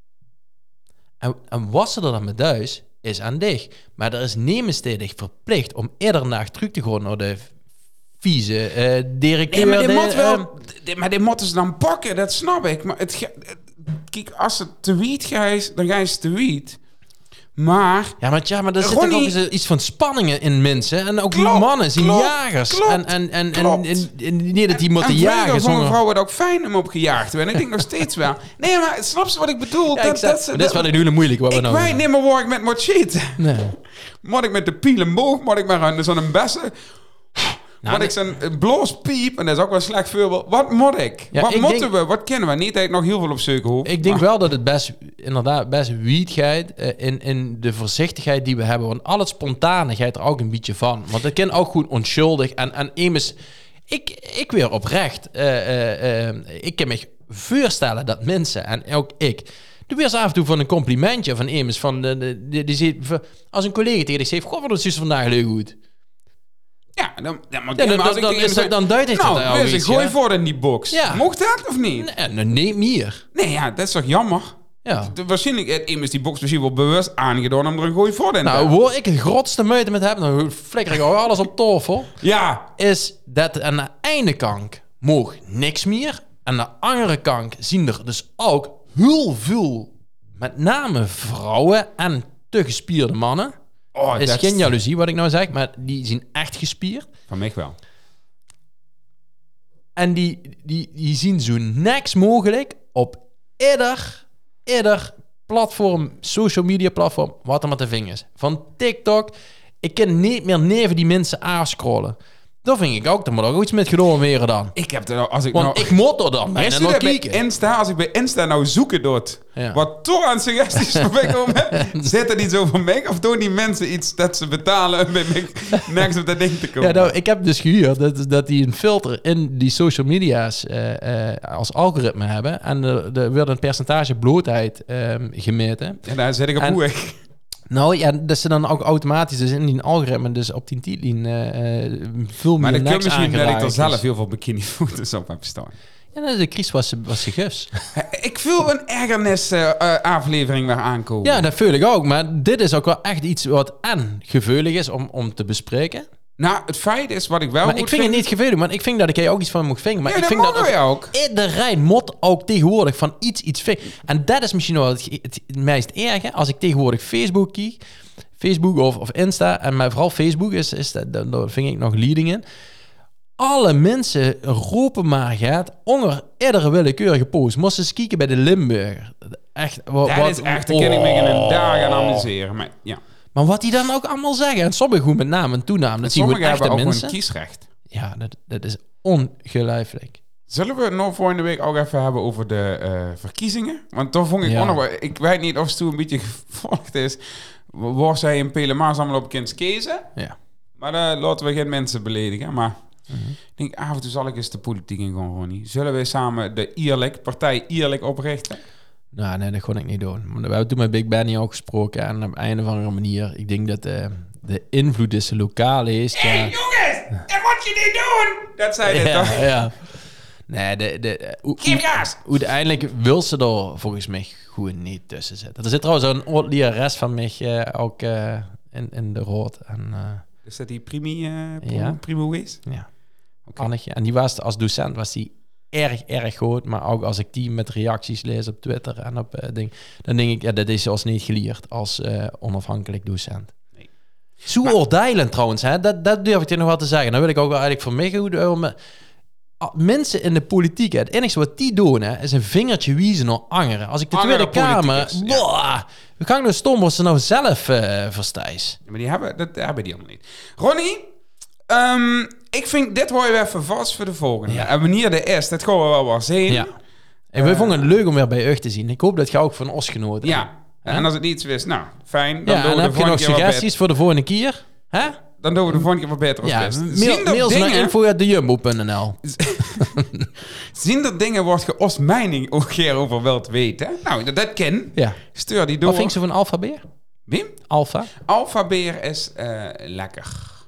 En wat ze er dan met thuis, is aan dich. Maar er is niemand verplicht om iedere nacht terug te gaan naar de vieze directeur. Nee, maar die moeten ze dan pakken, dat snap ik. Maar kijk, als het te wiet gaat, dan ga je te wiet. Maar... Ja, maar er zit ook iets van spanningen in mensen. En ook mannen zijn jagers. Klopt. En niet dat die moeten jagen. En voor een vrouw wordt ook fijn om op gejaagd te worden. Ik denk nog steeds wel. Nee, maar snap je wat ik bedoel? Ja, dat is wel een hele moeilijk. Wat we nou weet niet meer waar ik met moet cheaten. Nee. Moet ik met de piel en boog? Moet ik maar zo'n bessen? Wat ik zo'n bloospiep, en dat is ook wel een slecht voorbeeld. Wat moet ik? Ja, wat moeten we? Wat kennen we? Niet dat ik nog heel veel op zoeken hoef. Ik denk wel dat het best wiet gaat in de voorzichtigheid die we hebben. Want al het spontane gaat er ook een beetje van. Want het kan ook goed onschuldig. En immers, ik weer oprecht. Ik kan me voorstellen dat mensen, en ook ik, Doe weer eens af en toe van een complimentje van iemand. Van die zegt, als een collega tegen dich zegt, goh, wat is vandaag heel goed. Ja, dan duidt het nou, het iets. Gooi voor in die box. Ja. Mocht dat of niet? Nee, nee, meer. Nee, ja, dat is toch jammer? Ja. Waarschijnlijk heeft iemand die box misschien wel bewust aangedaan om er een gooi voor in te Nou, hebben. waar ik het grootste meute met heb, dan flikker ik al alles op tafel, Ja. is dat aan de ene kant mag niks meer. Aan de andere kant zien er dus ook heel veel, met name vrouwen en te gespierde mannen. Oh, Is geen jaloezie wat ik nou zeg, maar die zien echt gespierd. Van mij wel. En die zien zo niks mogelijk op ieder platform, social media platform, wat er maar te vinden is. Van TikTok, ik kan niet meer neven die mensen aanscrollen. Dat vind ik ook, er moet ook iets met gedaan weer dan. Ik heb er, als ik Want nou... ik moet er dan bijna nog kijken. Als ik bij Insta nou zoeken doet, Ja. wat toch aan suggesties voorbij komen heb, zit er niet zo van mij? Of doen die mensen iets dat ze betalen om bij mij nergens op dat ding te komen? Ja, nou, ik heb dus gehuurd dat die een filter in die social media's als algoritme hebben. En er werd een percentage blootheid gemeten. En daar zit ik op En- hoe ik... Nou ja, dat ze dan ook automatisch dus in die algoritme, dus op die titlijn veel Maar meer dat niks komt misschien dat ik er aangeraakt zelf is. heel veel bikinifoto's op heb staan. Ja, de Chris was ze gifs. Ik voel een ergernis aflevering weer aankomen. Ja, dat voel ik ook. Maar dit is ook wel echt iets wat en geveulig is om te bespreken. Nou, het feit is wat ik wel Maar goed ik vind het niet geveulig, want ik vind dat ik er ook iets van moet vinden. Maar Ja, ik dat vind dat mogen wij ook. iedereen moet ook tegenwoordig van iets vinden. En dat is misschien wel het meest erge. Als ik tegenwoordig Facebook kijk, Facebook of Insta, en maar vooral Facebook is dat, daar vind ik nog leading in. Alle mensen roepen maar gaat onder iedere willekeurige post. Moest eens kijken bij de Limburger. Echt, Dat is echt, daar kan ik me in een dag aan amuseren. Maar ja, Maar wat die dan ook allemaal zeggen. En sommigen goed met naam en toenaam. Dat zien we sommigen echte hebben ook mensen. een kiesrecht. Ja, dat is ongelooflijk. Zullen we het nog volgende week ook even hebben over de verkiezingen? Want toch vond ik Ja. ook nog wel... Ik weet niet of het toen een beetje gevolgd is. Waar zij in Pelemaas allemaal op kind kiezen. Ja. Maar laten we geen mensen beledigen. Maar ik denk, af en toe zal ik eens de politiek in gaan, Ronnie. Zullen we samen de partij Ierlijk oprichten? Nou, nee, dat kon ik niet doen. Maar we hebben toen met Big Benny ook gesproken. En op een of andere manier, ik denk dat de invloed is lokaal is. Ja. Jongens, dat moet je niet doen! Dat zei dit toch? Ja. Nee, Geef gas! uiteindelijk wil ze er volgens mij gewoon niet tussen zitten. Er zit trouwens een oud lerares van mij ook in de rood. En, Is dat die Ja. Primo is? ja, Oké. Annetje. En die was als docent was die erg goed. Maar ook als ik die met reacties lees op Twitter en op ding, dan denk ik, ja, dat is zelfs niet geleerd als onafhankelijk docent. Nee. Zo oordelend trouwens, hè? Dat durf ik je nog wel te zeggen. Dan wil ik ook wel eigenlijk voor mij goed. Mensen in de politiek, hè, het enige wat die doen, hè, is een vingertje wiezen naar angeren. Als ik de Angeren Tweede Kamer... politicus, ja. Boah, we gaan nou stom als ze nou zelf verstijs. Ja, maar dat hebben die allemaal niet. Ronnie, ik vind, dit hoor je even vast voor de volgende. Ja. En wanneer de is, dat gaan we wel wel zien. Ja. En we vonden het leuk om weer bij u te zien. Ik hoop dat je ook van ons genoten hebt. Ja. En als het niet zo is, nou, fijn. Dan Ja, doen en we de heb je nog volgende keer wat suggesties voor de volgende keer? Hè? beter. Dan doen we de volgende keer wat beter als Ja, best. mail ze naar info@dejumbo.nl. Zien er dingen wordt je als mening ook keer over wilt weten? Nou, dat ken. Ja. Stuur die door. Wat vind je van Alpha Beer? Wim? Alpha? Alpha Beer is lekker.